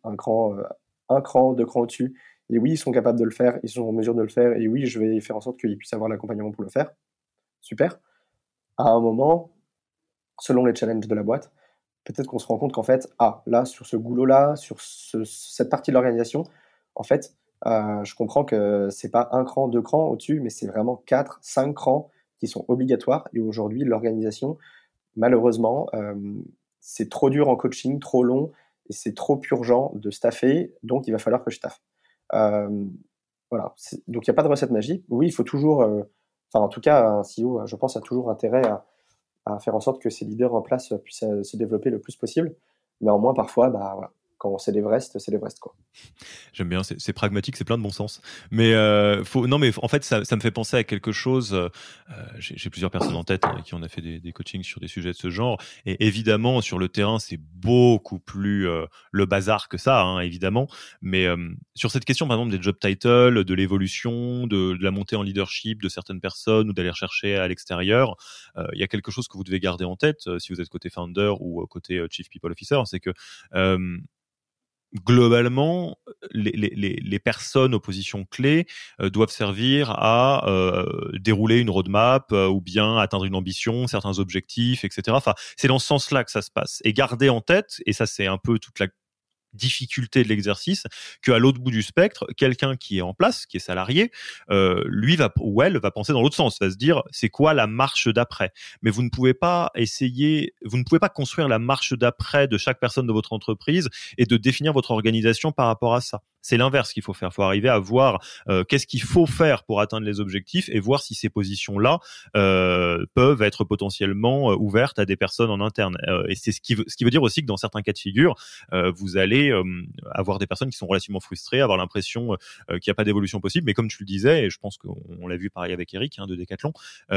un cran, deux crans au-dessus. Et oui, ils sont capables de le faire, ils sont en mesure de le faire, et oui, je vais faire en sorte qu'ils puissent avoir l'accompagnement pour le faire. Super. À un moment, selon les challenges de la boîte, peut-être qu'on se rend compte qu'en fait, là, sur ce goulot-là, sur cette partie de l'organisation, en fait, je comprends que c'est pas un cran, deux crans au-dessus, mais c'est vraiment quatre, cinq crans qui sont obligatoires. Et aujourd'hui, l'organisation, malheureusement, c'est trop dur en coaching, trop long, et c'est trop urgent de staffer, donc il va falloir que je staffe. Euh, voilà. Donc il n'y a pas de recette magique. Oui, il faut toujours, en tout cas, un CEO, je pense, a toujours intérêt à faire en sorte que ses leaders en place puissent se développer le plus possible. Néanmoins, parfois, bah, voilà, quand c'est l'Everest, c'est l'Everest, quoi. J'aime bien, c'est pragmatique, c'est plein de bon sens. Mais non, mais en fait, ça me fait penser à quelque chose. J'ai plusieurs personnes en tête avec qui on a fait des coachings sur des sujets de ce genre. Et évidemment, sur le terrain, c'est beaucoup plus le bazar que ça, hein, évidemment. Mais sur cette question, par exemple, des job titles, de l'évolution, de la montée en leadership de certaines personnes ou d'aller rechercher à l'extérieur, il y a quelque chose que vous devez garder en tête si vous êtes côté founder ou côté chief people officer, c'est que globalement, les personnes aux positions clés doivent servir à dérouler une roadmap ou bien atteindre une ambition, certains objectifs, etc. Enfin, c'est dans ce sens-là que ça se passe. Et garder en tête, et ça c'est un peu toute la difficulté de l'exercice, qu'à l'autre bout du spectre, quelqu'un qui est en place, qui est salarié, lui va ou elle va penser dans l'autre sens, va se dire c'est quoi la marche d'après. Mais vous ne pouvez pas construire la marche d'après de chaque personne de votre entreprise et de définir votre organisation par rapport à ça. C'est l'inverse qu'il faut faire. Il faut arriver à voir qu'est-ce qu'il faut faire pour atteindre les objectifs et voir si ces positions-là peuvent être potentiellement ouvertes à des personnes en interne. Et c'est ce qui veut dire aussi que dans certains cas de figure, vous allez avoir des personnes qui sont relativement frustrées, avoir l'impression qu'il n'y a pas d'évolution possible. Mais comme tu le disais, et je pense qu'on l'a vu pareil avec Eric de Decathlon,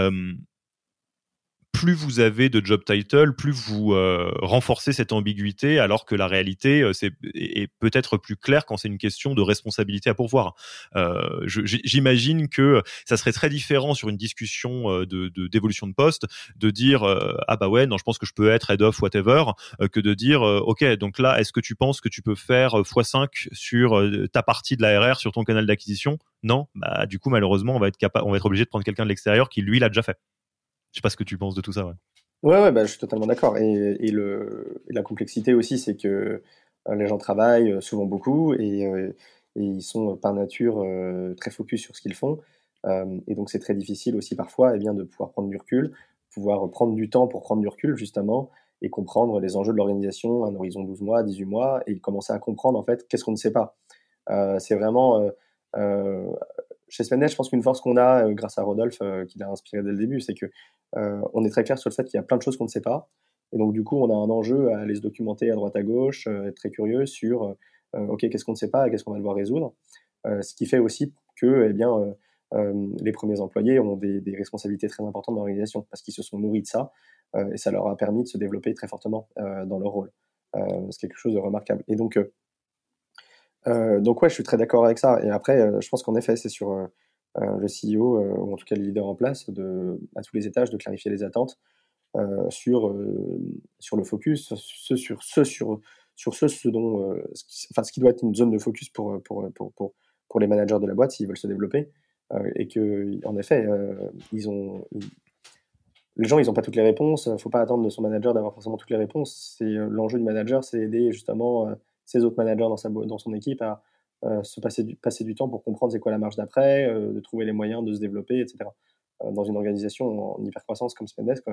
plus vous avez de job title, plus vous renforcez cette ambiguïté, alors que la réalité est peut-être plus claire quand c'est une question de responsabilité à pourvoir. J'imagine que ça serait très différent sur une discussion d'évolution de poste, de dire ah bah ouais, non, je pense que je peux être head of whatever, que de dire ok, donc là, est-ce que tu penses que tu peux faire x5 sur ta partie de la RR, sur ton canal d'acquisition? Non, bah du coup malheureusement on va être obligé de prendre quelqu'un de l'extérieur qui lui l'a déjà fait. Je sais pas ce que tu penses de tout ça. Ouais. Ouais, bah, je suis totalement d'accord. Et la complexité aussi, c'est que les gens travaillent souvent beaucoup et ils sont par nature très focus sur ce qu'ils font. Et donc c'est très difficile aussi parfois de pouvoir prendre du recul, pouvoir prendre du temps pour prendre du recul justement et comprendre les enjeux de l'organisation à un horizon 12 mois, 18 mois et commencer à comprendre en fait qu'est-ce qu'on ne sait pas. C'est vraiment chez Spendesk, je pense qu'une force qu'on a grâce à Rodolphe qui l'a inspiré dès le début, c'est que on est très clair sur le fait qu'il y a plein de choses qu'on ne sait pas. Et donc du coup, on a un enjeu à aller se documenter à droite à gauche, être très curieux sur ok, qu'est-ce qu'on ne sait pas et qu'est-ce qu'on va devoir résoudre. Ce qui fait aussi que les premiers employés ont des responsabilités très importantes dans l'organisation parce qu'ils se sont nourris de ça et ça leur a permis de se développer très fortement dans leur rôle. C'est quelque chose de remarquable. Et donc ouais, je suis très d'accord avec ça. Et après, je pense qu'en effet, c'est sur le CEO, ou en tout cas le leader en place, à tous les étages, de clarifier les attentes sur le focus, ce dont, ce qui doit être une zone de focus pour les managers de la boîte s'ils veulent se développer. Et que, en effet, les gens, ils n'ont pas toutes les réponses. Il ne faut pas attendre de son manager d'avoir forcément toutes les réponses. L'enjeu du manager, c'est aider justement ses autres managers dans son équipe à passer du temps pour comprendre c'est quoi la marche d'après, de trouver les moyens de se développer, etc. Dans une organisation en hypercroissance comme Spendesk,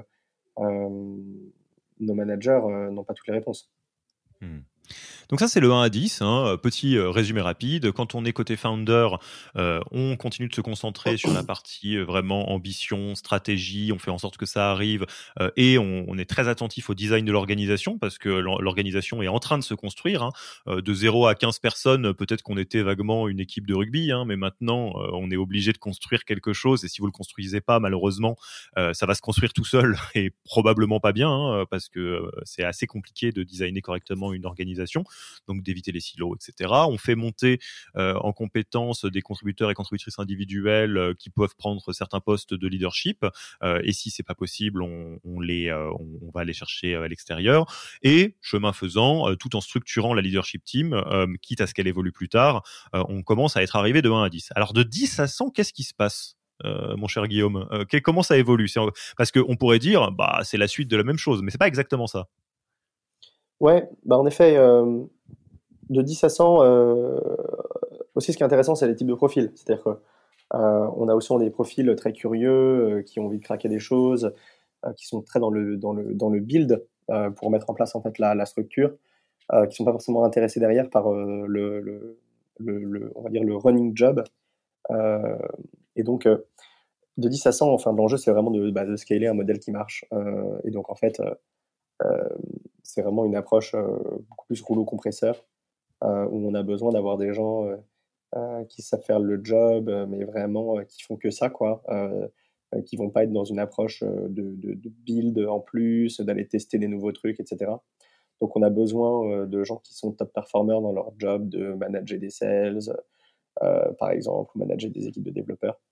nos managers n'ont pas toutes les réponses. Donc ça, c'est le 1 à 10. Petit résumé rapide. Quand on est côté founder, on continue de se concentrer sur la partie vraiment ambition, stratégie. On fait en sorte que ça arrive et on est très attentif au design de l'organisation parce que l'organisation est en train de se construire. De 0 à 15 personnes, peut-être qu'on était vaguement une équipe de rugby, mais maintenant, on est obligé de construire quelque chose. Et si vous le construisez pas, malheureusement, ça va se construire tout seul et probablement pas bien parce que c'est assez compliqué de designer correctement une organisation. Donc d'éviter les silos, etc. On fait monter en compétences des contributeurs et contributrices individuelles qui peuvent prendre certains postes de leadership. Et si c'est pas possible, on va les chercher à l'extérieur. Et chemin faisant, tout en structurant la leadership team, quitte à ce qu'elle évolue plus tard, on commence à être arrivé de 1 à 10. Alors de 10 à 100, qu'est-ce qui se passe mon cher Guillaume, comment ça évolue? Parce qu'on pourrait dire, bah, c'est la suite de la même chose, mais c'est pas exactement ça. Ouais, bah en effet, de 10 à 100, aussi ce qui est intéressant, c'est les types de profils. C'est-à-dire que on a aussi des profils très curieux, qui ont envie de craquer des choses, qui sont très dans le build pour mettre en place en fait la structure, qui sont pas forcément intéressés derrière par on va dire le running job. Et donc de 10 à 100, enfin l'enjeu c'est vraiment de scaler un modèle qui marche. Et donc en fait c'est vraiment une approche beaucoup plus rouleau compresseur où on a besoin d'avoir des gens qui savent faire le job, mais vraiment qui font que ça, quoi. Qui vont pas être dans une approche de build en plus, d'aller tester des nouveaux trucs, etc. Donc on a besoin de gens qui sont top performers dans leur job, de manager des sales, par exemple, ou manager des équipes de développeurs.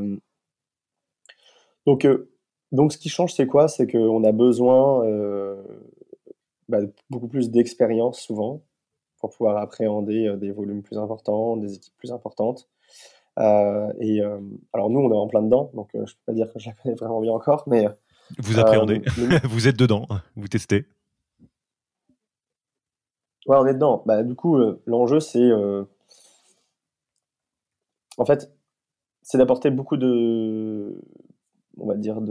Donc, donc ce qui change, c'est quoi? C'est qu'on a besoin beaucoup plus d'expérience souvent pour pouvoir appréhender des volumes plus importants, des équipes plus importantes. Alors nous, on est en plein dedans, donc je peux pas dire que je la connais vraiment bien encore, mais Vous appréhendez, vous êtes dedans, vous testez. Ouais, on est dedans. Du coup, l'enjeu, c'est en fait, c'est d'apporter beaucoup de, on va dire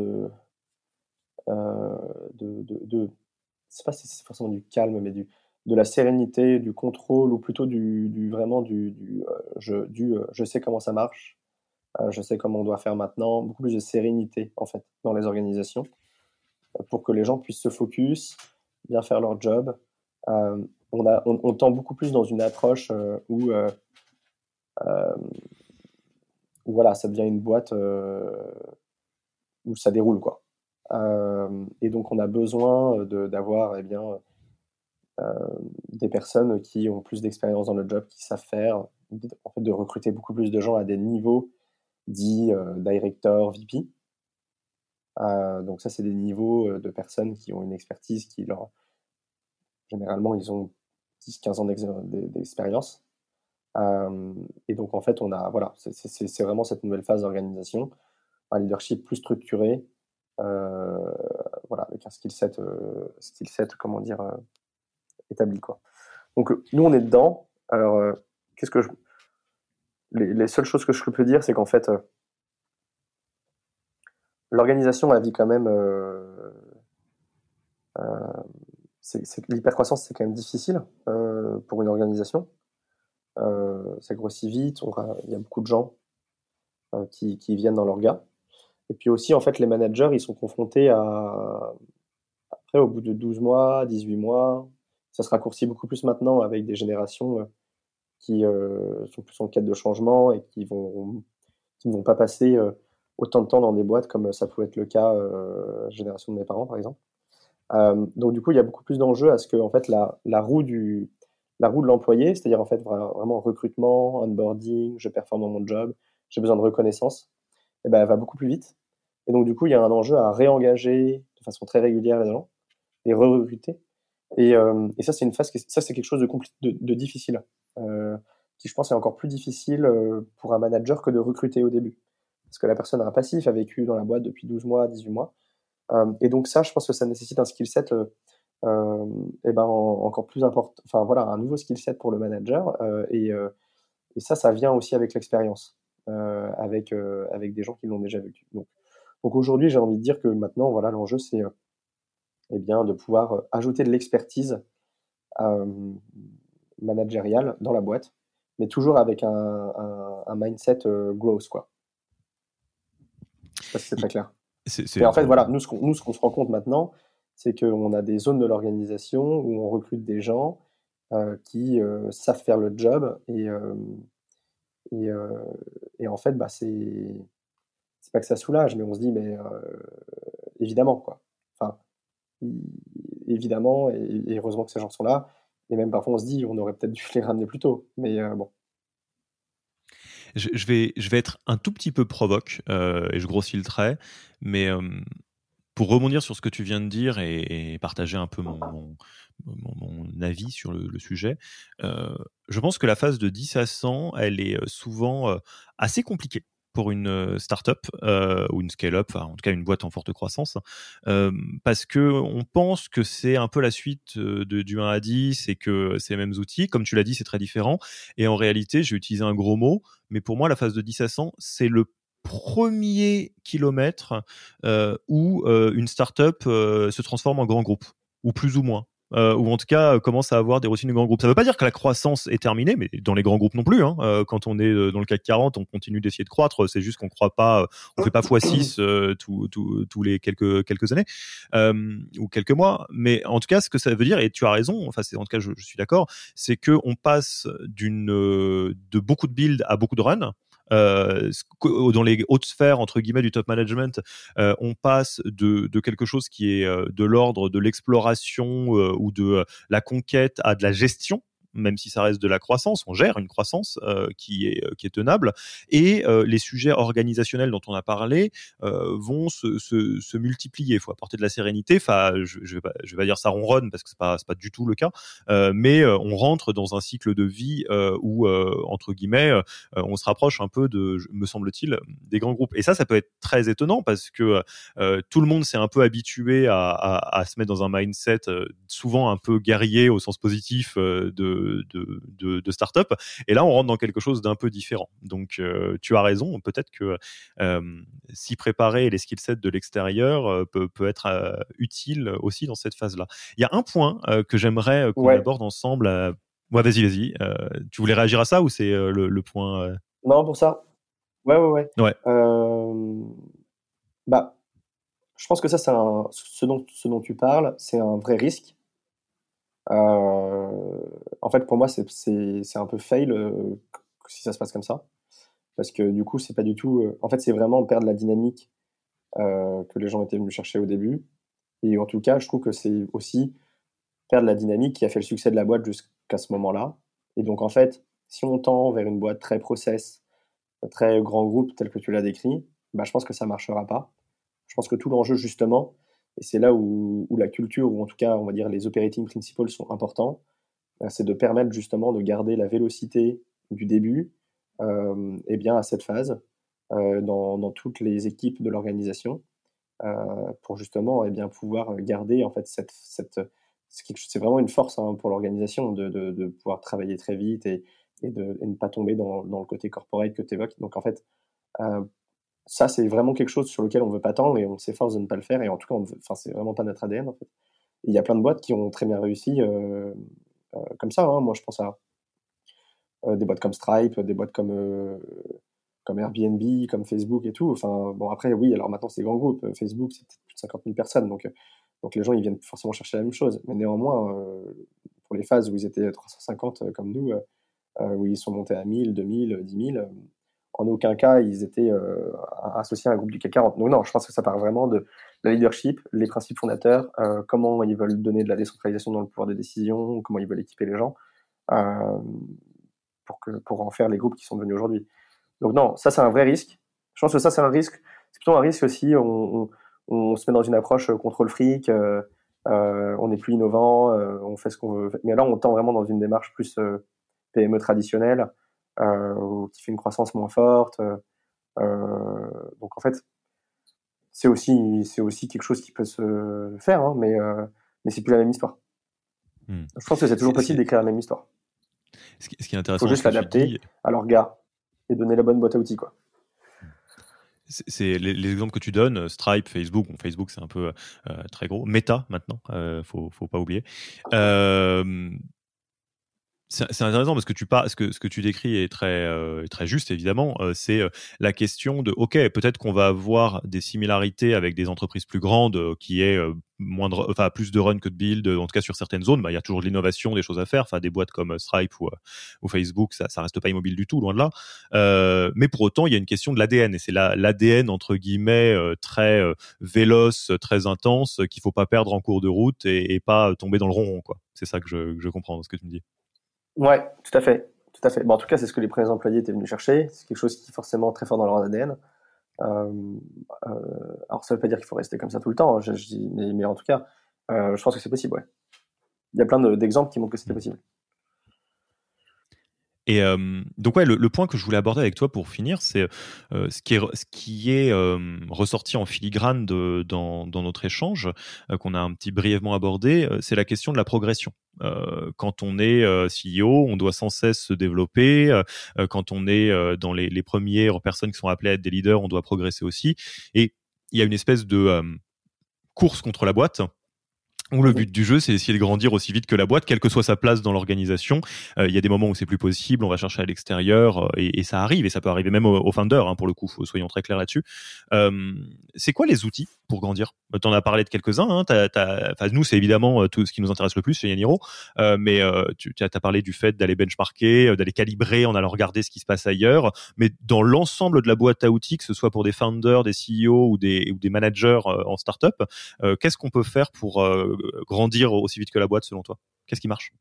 c'est pas si c'est forcément du calme, mais de la sérénité, du contrôle, ou plutôt vraiment je sais comment ça marche, je sais comment on doit faire maintenant, beaucoup plus de sérénité en fait dans les organisations, pour que les gens puissent se focus, bien faire leur job. On tend beaucoup plus dans une approche où voilà, ça devient une boîte où ça déroule, quoi. Et donc on a besoin d'avoir des personnes qui ont plus d'expérience dans le job, qui savent faire, en fait, de recruter beaucoup plus de gens à des niveaux dits director, VP. Donc ça, c'est des niveaux de personnes qui ont une expertise généralement, ils ont 10-15 ans d'expérience. Et donc, en fait, voilà, c'est vraiment cette nouvelle phase d'organisation, un leadership plus structuré, voilà, avec un skill set, comment dire, établi, quoi. Donc, nous, on est dedans. Alors, les seules choses que je peux dire, c'est qu'en fait, l'organisation, elle vit quand même. L'hypercroissance, c'est quand même difficile pour une organisation. Ça grossit vite, il y a beaucoup de gens qui viennent dans l'orga. Et puis aussi, en fait, les managers, ils sont confrontés après, au bout de 12 mois, 18 mois, ça se raccourcit beaucoup plus maintenant avec des générations qui sont plus en quête de changement et qui ne vont pas passer autant de temps dans des boîtes comme ça pouvait être le cas génération de mes parents, par exemple. Donc du coup, il y a beaucoup plus d'enjeux à ce que en fait, la roue de l'employé, c'est-à-dire en fait vraiment recrutement, onboarding, je performe dans mon job, j'ai besoin de reconnaissance, et elle va beaucoup plus vite. Et donc du coup, il y a un enjeu à réengager de façon très régulière les gens et re-recruter. Et ça, c'est quelque chose de difficile, qui je pense est encore plus difficile pour un manager que de recruter au début. Parce que la personne a un passif, a vécu dans la boîte depuis 12 mois, 18 mois. Et donc ça, je pense que ça nécessite un skill set encore plus important. Enfin voilà, un nouveau skill set pour le manager. Et ça vient aussi avec l'expérience, avec des gens qui l'ont déjà vécu. Donc aujourd'hui, j'ai envie de dire que maintenant, voilà, l'enjeu, c'est de pouvoir ajouter de l'expertise managériale dans la boîte, mais toujours avec un mindset growth, quoi. Je sais pas si c'est très clair. Et en fait, voilà, nous, ce qu'on se rend compte maintenant, c'est qu'on a des zones de l'organisation où on recrute des gens qui savent faire le job et en fait, c'est pas que ça soulage, mais on se dit, mais évidemment, quoi. Enfin, évidemment, et heureusement que ces gens sont là. Et même parfois, on se dit, on aurait peut-être dû les ramener plus tôt. Mais bon. Je vais être un tout petit peu provoque et je grossis le trait, mais pour rebondir sur ce que tu viens de dire et partager un peu mon avis sur le sujet, je pense que la phase de 10 à 100, elle est souvent assez compliquée pour une start-up ou une scale-up, enfin, en tout cas une boîte en forte croissance, parce que on pense que c'est un peu la suite du 1 à 10 et que c'est les mêmes outils. Comme tu l'as dit, c'est très différent. Et en réalité, j'ai utilisé un gros mot, mais pour moi, la phase de 10 à 100, c'est le premier kilomètre où une start-up se transforme en grand groupe, ou plus ou moins. ou en tout cas commencent à avoir des routines de grands groupes. Ça ne veut pas dire que la croissance est terminée, mais dans les grands groupes non plus. Quand on est dans le CAC 40, on continue d'essayer de croître. C'est juste qu'on croit pas, on fait pas x6 tous les quelques années ou quelques mois. Mais en tout cas, ce que ça veut dire, et tu as raison, enfin en tout cas je suis d'accord, c'est que on passe de beaucoup de build à beaucoup de run. Dans les hautes sphères entre guillemets du top management, on passe de quelque chose qui est de l'ordre de l'exploration ou de la conquête à de la gestion. Même si ça reste de la croissance, on gère une croissance qui est tenable, et les sujets organisationnels dont on a parlé vont se multiplier. Il faut apporter de la sérénité. Enfin, je vais pas dire ça ronronne parce que c'est pas du tout le cas, mais on rentre dans un cycle de vie où entre guillemets on se rapproche un peu me semble-t-il, des grands groupes. Et ça peut être très étonnant parce que tout le monde s'est un peu habitué à se mettre dans un mindset souvent un peu guerrier au sens positif de start-up. Et là, on rentre dans quelque chose d'un peu différent. Donc, tu as raison. Peut-être que s'y préparer les skill sets de l'extérieur peut être utile aussi dans cette phase-là. Il y a un point que j'aimerais qu'on aborde ensemble. Ouais, vas-y. Tu voulais réagir à ça ou c'est le point Non, pour ça. Ouais. Je pense que ça, c'est ce dont tu parles, c'est un vrai risque. En fait, pour moi, c'est un peu fail si ça se passe comme ça, parce que du coup, c'est pas du tout. En fait, c'est vraiment perdre la dynamique que les gens étaient venus chercher au début. Et en tout cas, je trouve que c'est aussi perdre la dynamique qui a fait le succès de la boîte jusqu'à ce moment-là. Et donc, en fait, si on tend vers une boîte très process, très grand groupe tel que tu l'as décrit, je pense que ça marchera pas. Je pense que tout l'enjeu, justement, et c'est là où la culture, ou en tout cas, on va dire, les operating principles sont importants, c'est de permettre justement de garder la vélocité du début à cette phase dans toutes les équipes de l'organisation pour justement pouvoir garder en fait c'est vraiment une force pour l'organisation de pouvoir travailler très vite et ne pas tomber dans le côté corporate que tu évoques. Donc en fait, ça, c'est vraiment quelque chose sur lequel on veut pas tendre et on s'efforce de ne pas le faire. Et en tout cas, c'est vraiment pas notre ADN, en fait. Il y a plein de boîtes qui ont très bien réussi comme ça. Moi, je pense à des boîtes comme Stripe, des boîtes comme Airbnb, comme Facebook et tout. Enfin, bon, après, oui, alors maintenant, c'est des grands groupes. Facebook, c'est peut-être plus de 50 000 personnes. Donc les gens, ils viennent forcément chercher la même chose. Mais néanmoins, pour les phases où ils étaient 350 comme nous, où ils sont montés à 1000, 2000, 10 000, en aucun cas, ils étaient associés à un groupe du CAC 40. Donc non, je pense que ça part vraiment de la leadership, les principes fondateurs, comment ils veulent donner de la décentralisation dans le pouvoir de décision, comment ils veulent équiper les gens pour en faire les groupes qui sont devenus aujourd'hui. Donc non, ça c'est un vrai risque. Je pense que ça c'est un risque. C'est plutôt un risque aussi. On se met dans une approche contrôle fric, on est plus innovant, on fait ce qu'on veut. Mais là, on tend vraiment dans une démarche plus PME traditionnelle. Qui fait une croissance moins forte. Donc en fait, c'est aussi quelque chose qui peut se faire, mais c'est plus la même histoire. Je pense que c'est toujours possible d'écrire la même histoire. Ce qui est intéressant, il faut juste l'adapter à leur gars et donner la bonne boîte à outils, quoi. C'est les exemples que tu donnes, Stripe, Facebook. Bon, Facebook, c'est un peu très gros. Meta, maintenant, faut pas oublier. C'est intéressant parce que ce que tu décris est très juste, évidemment. C'est la question de OK, peut-être qu'on va avoir des similarités avec des entreprises plus grandes qui est plus de run que de build, en tout cas sur certaines zones. Il y a toujours de l'innovation, des choses à faire. Des boîtes comme Stripe ou Facebook, ça reste pas immobile du tout, loin de là. Mais pour autant, il y a une question de l'ADN, et c'est l'ADN entre guillemets très véloce, très intense, qu'il faut pas perdre en cours de route et pas tomber dans le rond, quoi. C'est ça que je comprends dans ce que tu me dis. Ouais, tout à fait. Bon, en tout cas, c'est ce que les premiers employés étaient venus chercher. C'est quelque chose qui est forcément très fort dans leur ADN. Alors, ça veut pas dire qu'il faut rester comme ça tout le temps, je dis, mais en tout cas, je pense que c'est possible, ouais. Il y a plein d'exemples qui montrent que c'était possible. Et donc ouais, le point que je voulais aborder avec toi pour finir, c'est ce qui est ressorti en filigrane dans notre échange, qu'on a un petit brièvement abordé, c'est la question de la progression. Quand on est CEO, on doit sans cesse se développer. Quand on est dans les premières personnes qui sont appelées à être des leaders, on doit progresser aussi. Et il y a une espèce de course contre la boîte Où le but du jeu, c'est d'essayer de grandir aussi vite que la boîte, quelle que soit sa place dans l'organisation. Il y a des moments où c'est plus possible, on va chercher à l'extérieur, et ça arrive, et ça peut arriver même aux founders, hein, pour le coup, soyons très clairs là-dessus. C'est quoi les outils pour grandir? T'en as parlé de quelques-uns, hein, nous, c'est évidemment tout ce qui nous intéresse le plus chez Yaniro, mais tu as parlé du fait d'aller benchmarker, d'aller calibrer en allant regarder ce qui se passe ailleurs, mais dans l'ensemble de la boîte à outils, que ce soit pour des founders, des CEO ou des managers en startup, qu'est-ce qu'on peut faire pour grandir aussi vite que la boîte, selon toi? Qu'est-ce qui marche?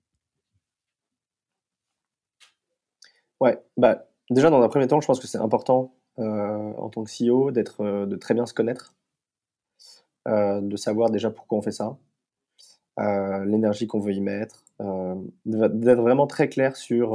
Ouais, bah, déjà, dans un premier temps, je pense que c'est important en tant que CEO de très bien se connaître, de savoir déjà pourquoi on fait ça, l'énergie qu'on veut y mettre, d'être vraiment très clair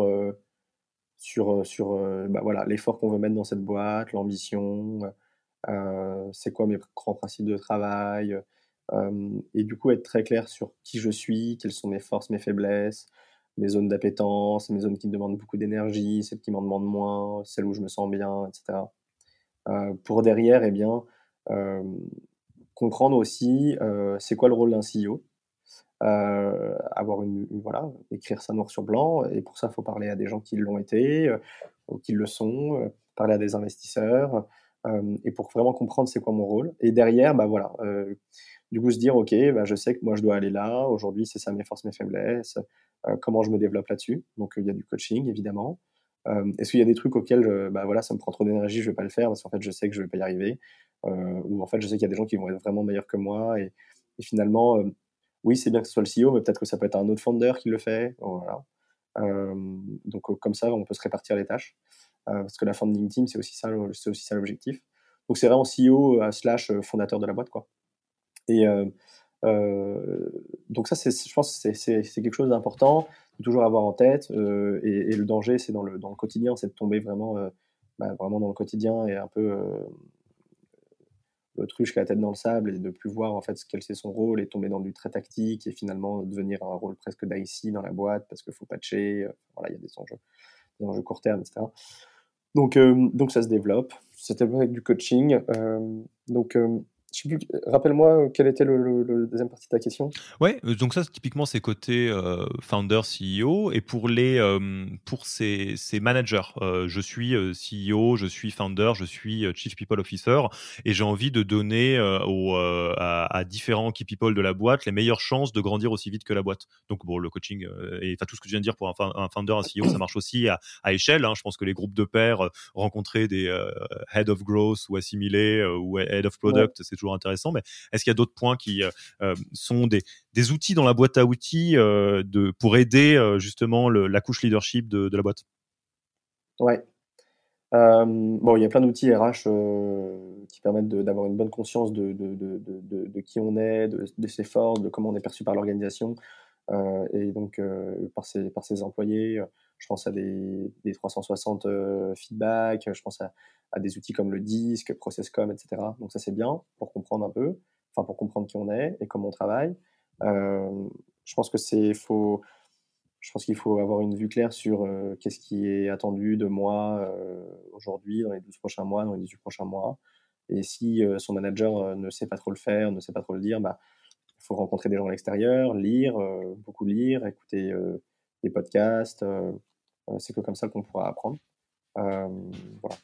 sur bah, voilà, l'effort qu'on veut mettre dans cette boîte, l'ambition, c'est quoi mes grands principes de travail, et du coup être très clair sur qui je suis, quelles sont mes forces, mes faiblesses, mes zones d'appétence, mes zones qui me demandent beaucoup d'énergie, celles qui m'en demandent moins, celles où je me sens bien, etc. Pour derrière, eh bien, comprendre aussi c'est quoi le rôle d'un CEO, avoir voilà, écrire ça noir sur blanc, et pour ça, il faut parler à des gens qui l'ont été, ou qui le sont, parler à des investisseurs, et pour vraiment comprendre c'est quoi mon rôle. Et derrière, bah voilà, du coup se dire ok, bah, je sais que moi je dois aller là, aujourd'hui c'est ça mes forces, mes faiblesses, comment je me développe là-dessus. Donc il y a du coaching évidemment. Est-ce qu'il y a des trucs auxquels bah voilà, ça me prend trop d'énergie, je vais pas le faire parce qu'en fait je sais que je vais pas y arriver, ou en fait je sais qu'il y a des gens qui vont être vraiment meilleurs que moi, et finalement, oui, c'est bien que ce soit le CEO, mais peut-être que ça peut être un autre founder qui le fait. Voilà. Donc comme ça, on peut se répartir les tâches, parce que la founding team, c'est aussi ça l'objectif. Donc c'est vraiment CEO slash fondateur de la boîte, quoi. Et donc ça, je pense que c'est quelque chose d'important, de toujours avoir en tête. Et le danger, c'est dans le quotidien, c'est de tomber vraiment, bah, vraiment dans le quotidien et un peu l'autruche qui a la tête dans le sable, et de plus voir en fait quel c'est son rôle, et tomber dans du très tactique et finalement devenir un rôle presque d'IC dans la boîte parce qu'il faut patcher. Voilà, il y a des enjeux court terme, etc. Donc ça se développe. C'était avec du coaching. Je sais plus, rappelle-moi quelle était le deuxième partie de ta question. Ouais, donc ça, typiquement, c'est côté founder, CEO. Et pour ces managers, je suis CEO, je suis founder, je suis Chief People Officer, et j'ai envie de donner à différents key people de la boîte les meilleures chances de grandir aussi vite que la boîte. Donc, bon, le coaching, et tout ce que je viens de dire pour un founder, un CEO, ça marche aussi à échelle, hein. Je pense que les groupes de pairs, rencontrer des head of growth ou assimilés, ou head of product, ouais, c'est toujours intéressant. Mais est-ce qu'il y a d'autres points qui sont des outils dans la boîte à outils pour aider justement la couche leadership de la boîte? Ouais. Bon, il y a plein d'outils RH qui permettent d'avoir une bonne conscience de qui on est, de ses forces, de comment on est perçu par l'organisation, et donc par ses employés. Je pense à des 360 feedback, je pense à des outils comme le DISC, ProcessCom, etc. Donc ça, c'est bien pour comprendre un peu, enfin pour comprendre qui on est et comment on travaille. Je pense qu'il faut avoir une vue claire sur qu'est-ce qui est attendu de moi aujourd'hui, dans les 12 prochains mois, dans les 18 prochains mois. Et si son manager ne sait pas trop le faire, ne sait pas trop le dire, bah, il faut rencontrer des gens à l'extérieur, lire, beaucoup lire, écouter des podcasts. C'est que comme ça qu'on pourra apprendre. Voilà.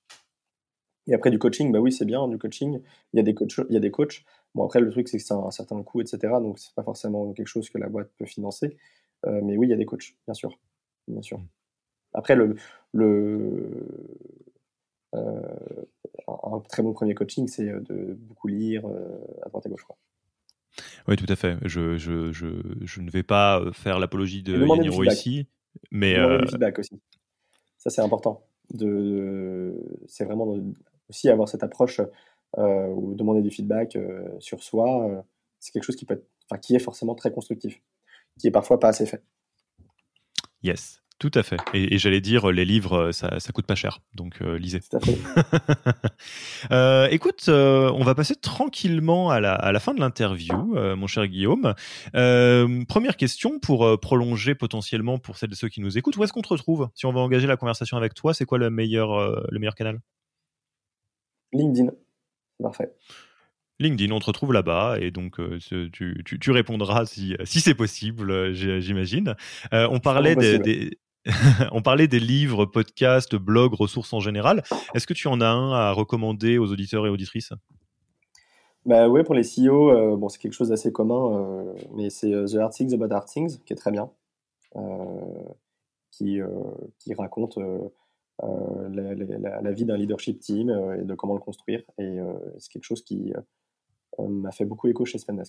Et après, du coaching, bah oui, c'est bien, du coaching. Il y a des coachs. Bon, après, le truc, c'est que c'est un certain coût, etc. Donc, c'est pas forcément quelque chose que la boîte peut financer. Mais oui, il y a des coachs, bien sûr. Bien sûr. Après, un très bon premier coaching, c'est de beaucoup lire à droite à gauche, quoi. Oui, tout à fait. Je ne vais pas faire l'apologie Et de demander du Yaniro feedback. ici, mais Demander du feedback aussi. Ça, c'est important. C'est vraiment aussi avoir cette approche ou demander du feedback sur soi. C'est quelque chose qui est forcément très constructif, qui est parfois pas assez fait. Yes, tout à fait. Et j'allais dire, les livres, ça coûte pas cher, donc lisez. Tout à fait. Écoute, on va passer tranquillement à la fin de l'interview, mon cher Guillaume. Première question pour prolonger potentiellement pour celles et ceux qui nous écoutent. Où est-ce qu'on te retrouve? Si on va engager la conversation avec toi, c'est quoi le meilleur canal? LinkedIn, c'est parfait. LinkedIn, on te retrouve là-bas et donc tu répondras si c'est possible, j'imagine. On parlait on parlait des livres, podcasts, blogs, ressources en général. Est-ce que tu en as un à recommander aux auditeurs et auditrices? Bah ouais, pour les CEO, bon, c'est quelque chose d'assez commun, mais c'est The Hard Things About Hard Things, qui est très bien, euh, qui, euh, qui raconte la vie d'un leadership team et de comment le construire. Et c'est quelque chose qui m'a fait beaucoup écho chez Spendesk.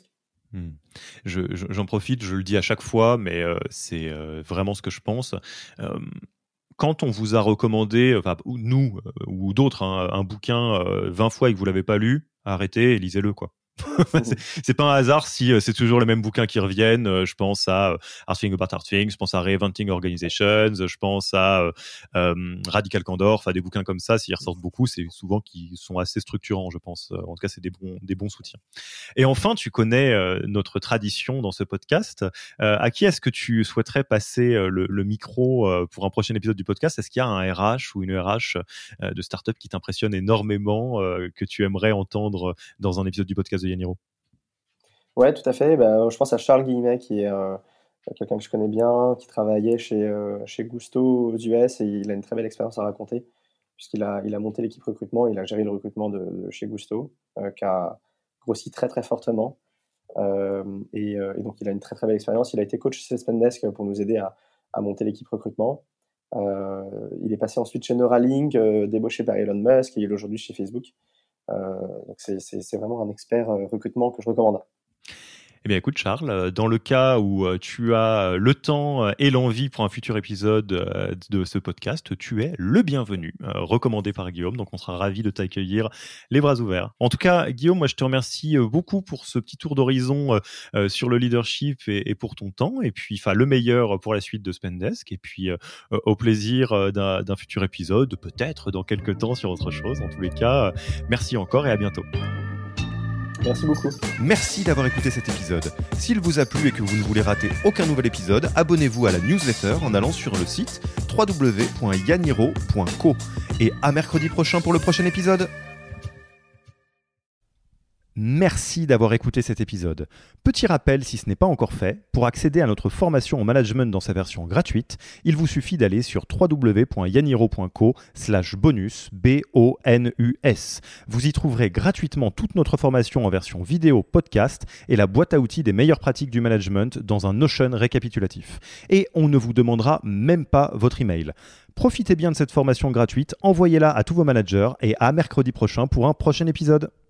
J'en profite, je le dis à chaque fois, mais c'est vraiment ce que je pense. Quand on vous a recommandé, enfin, nous ou d'autres, hein, un bouquin 20 fois et que vous l'avez pas lu, arrêtez et lisez-le, quoi. C'est pas un hasard si c'est toujours les mêmes bouquins qui reviennent. Je pense à Hard Things About Hard Things, je pense à Reinventing Organizations, je pense à Radical Candor, enfin des bouquins comme ça, s'ils ressortent beaucoup, c'est souvent qui sont assez structurants, je pense. En tout cas, c'est des bons soutiens. Et enfin, tu connais notre tradition dans ce podcast. À qui est-ce que tu souhaiterais passer le micro pour un prochain épisode du podcast? Est-ce qu'il y a un RH ou une RH de startup qui t'impressionne énormément, que tu aimerais entendre dans un épisode du podcast de Yaniro? Ouais, tout à fait. Bah, je pense à Charles Guillemet, qui est quelqu'un que je connais bien, qui travaillait chez Gusto aux US, et il a une très belle expérience à raconter, puisqu'il a monté l'équipe recrutement, il a géré le recrutement de chez Gusto, qui a grossi très très fortement. Et donc il a une très très belle expérience. Il a été coach chez Spendesk pour nous aider à monter l'équipe recrutement. Il est passé ensuite chez Neuralink, débauché par Elon Musk, et il est aujourd'hui chez Facebook. Donc c'est vraiment un expert recrutement que je recommande. Eh bien, écoute, Charles, dans le cas où tu as le temps et l'envie pour un futur épisode de ce podcast, tu es le bienvenu, recommandé par Guillaume. Donc, on sera ravis de t'accueillir les bras ouverts. En tout cas, Guillaume, moi, je te remercie beaucoup pour ce petit tour d'horizon sur le leadership et pour ton temps. Et puis, le meilleur pour la suite de Spendesk. Et puis, au plaisir d'un futur épisode, peut-être dans quelques temps sur autre chose. En tous les cas, merci encore et à bientôt. Merci beaucoup. Merci d'avoir écouté cet épisode. S'il vous a plu et que vous ne voulez rater aucun nouvel épisode, abonnez-vous à la newsletter en allant sur le site www.yaniro.co. Et à mercredi prochain pour le prochain épisode. Merci d'avoir écouté cet épisode. Petit rappel, si ce n'est pas encore fait, pour accéder à notre formation en management dans sa version gratuite, il vous suffit d'aller sur www.yaniro.co/bonus, BONUS. Vous y trouverez gratuitement toute notre formation en version vidéo, podcast et la boîte à outils des meilleures pratiques du management dans un Notion récapitulatif. Et on ne vous demandera même pas votre email. Profitez bien de cette formation gratuite, envoyez-la à tous vos managers et à mercredi prochain pour un prochain épisode.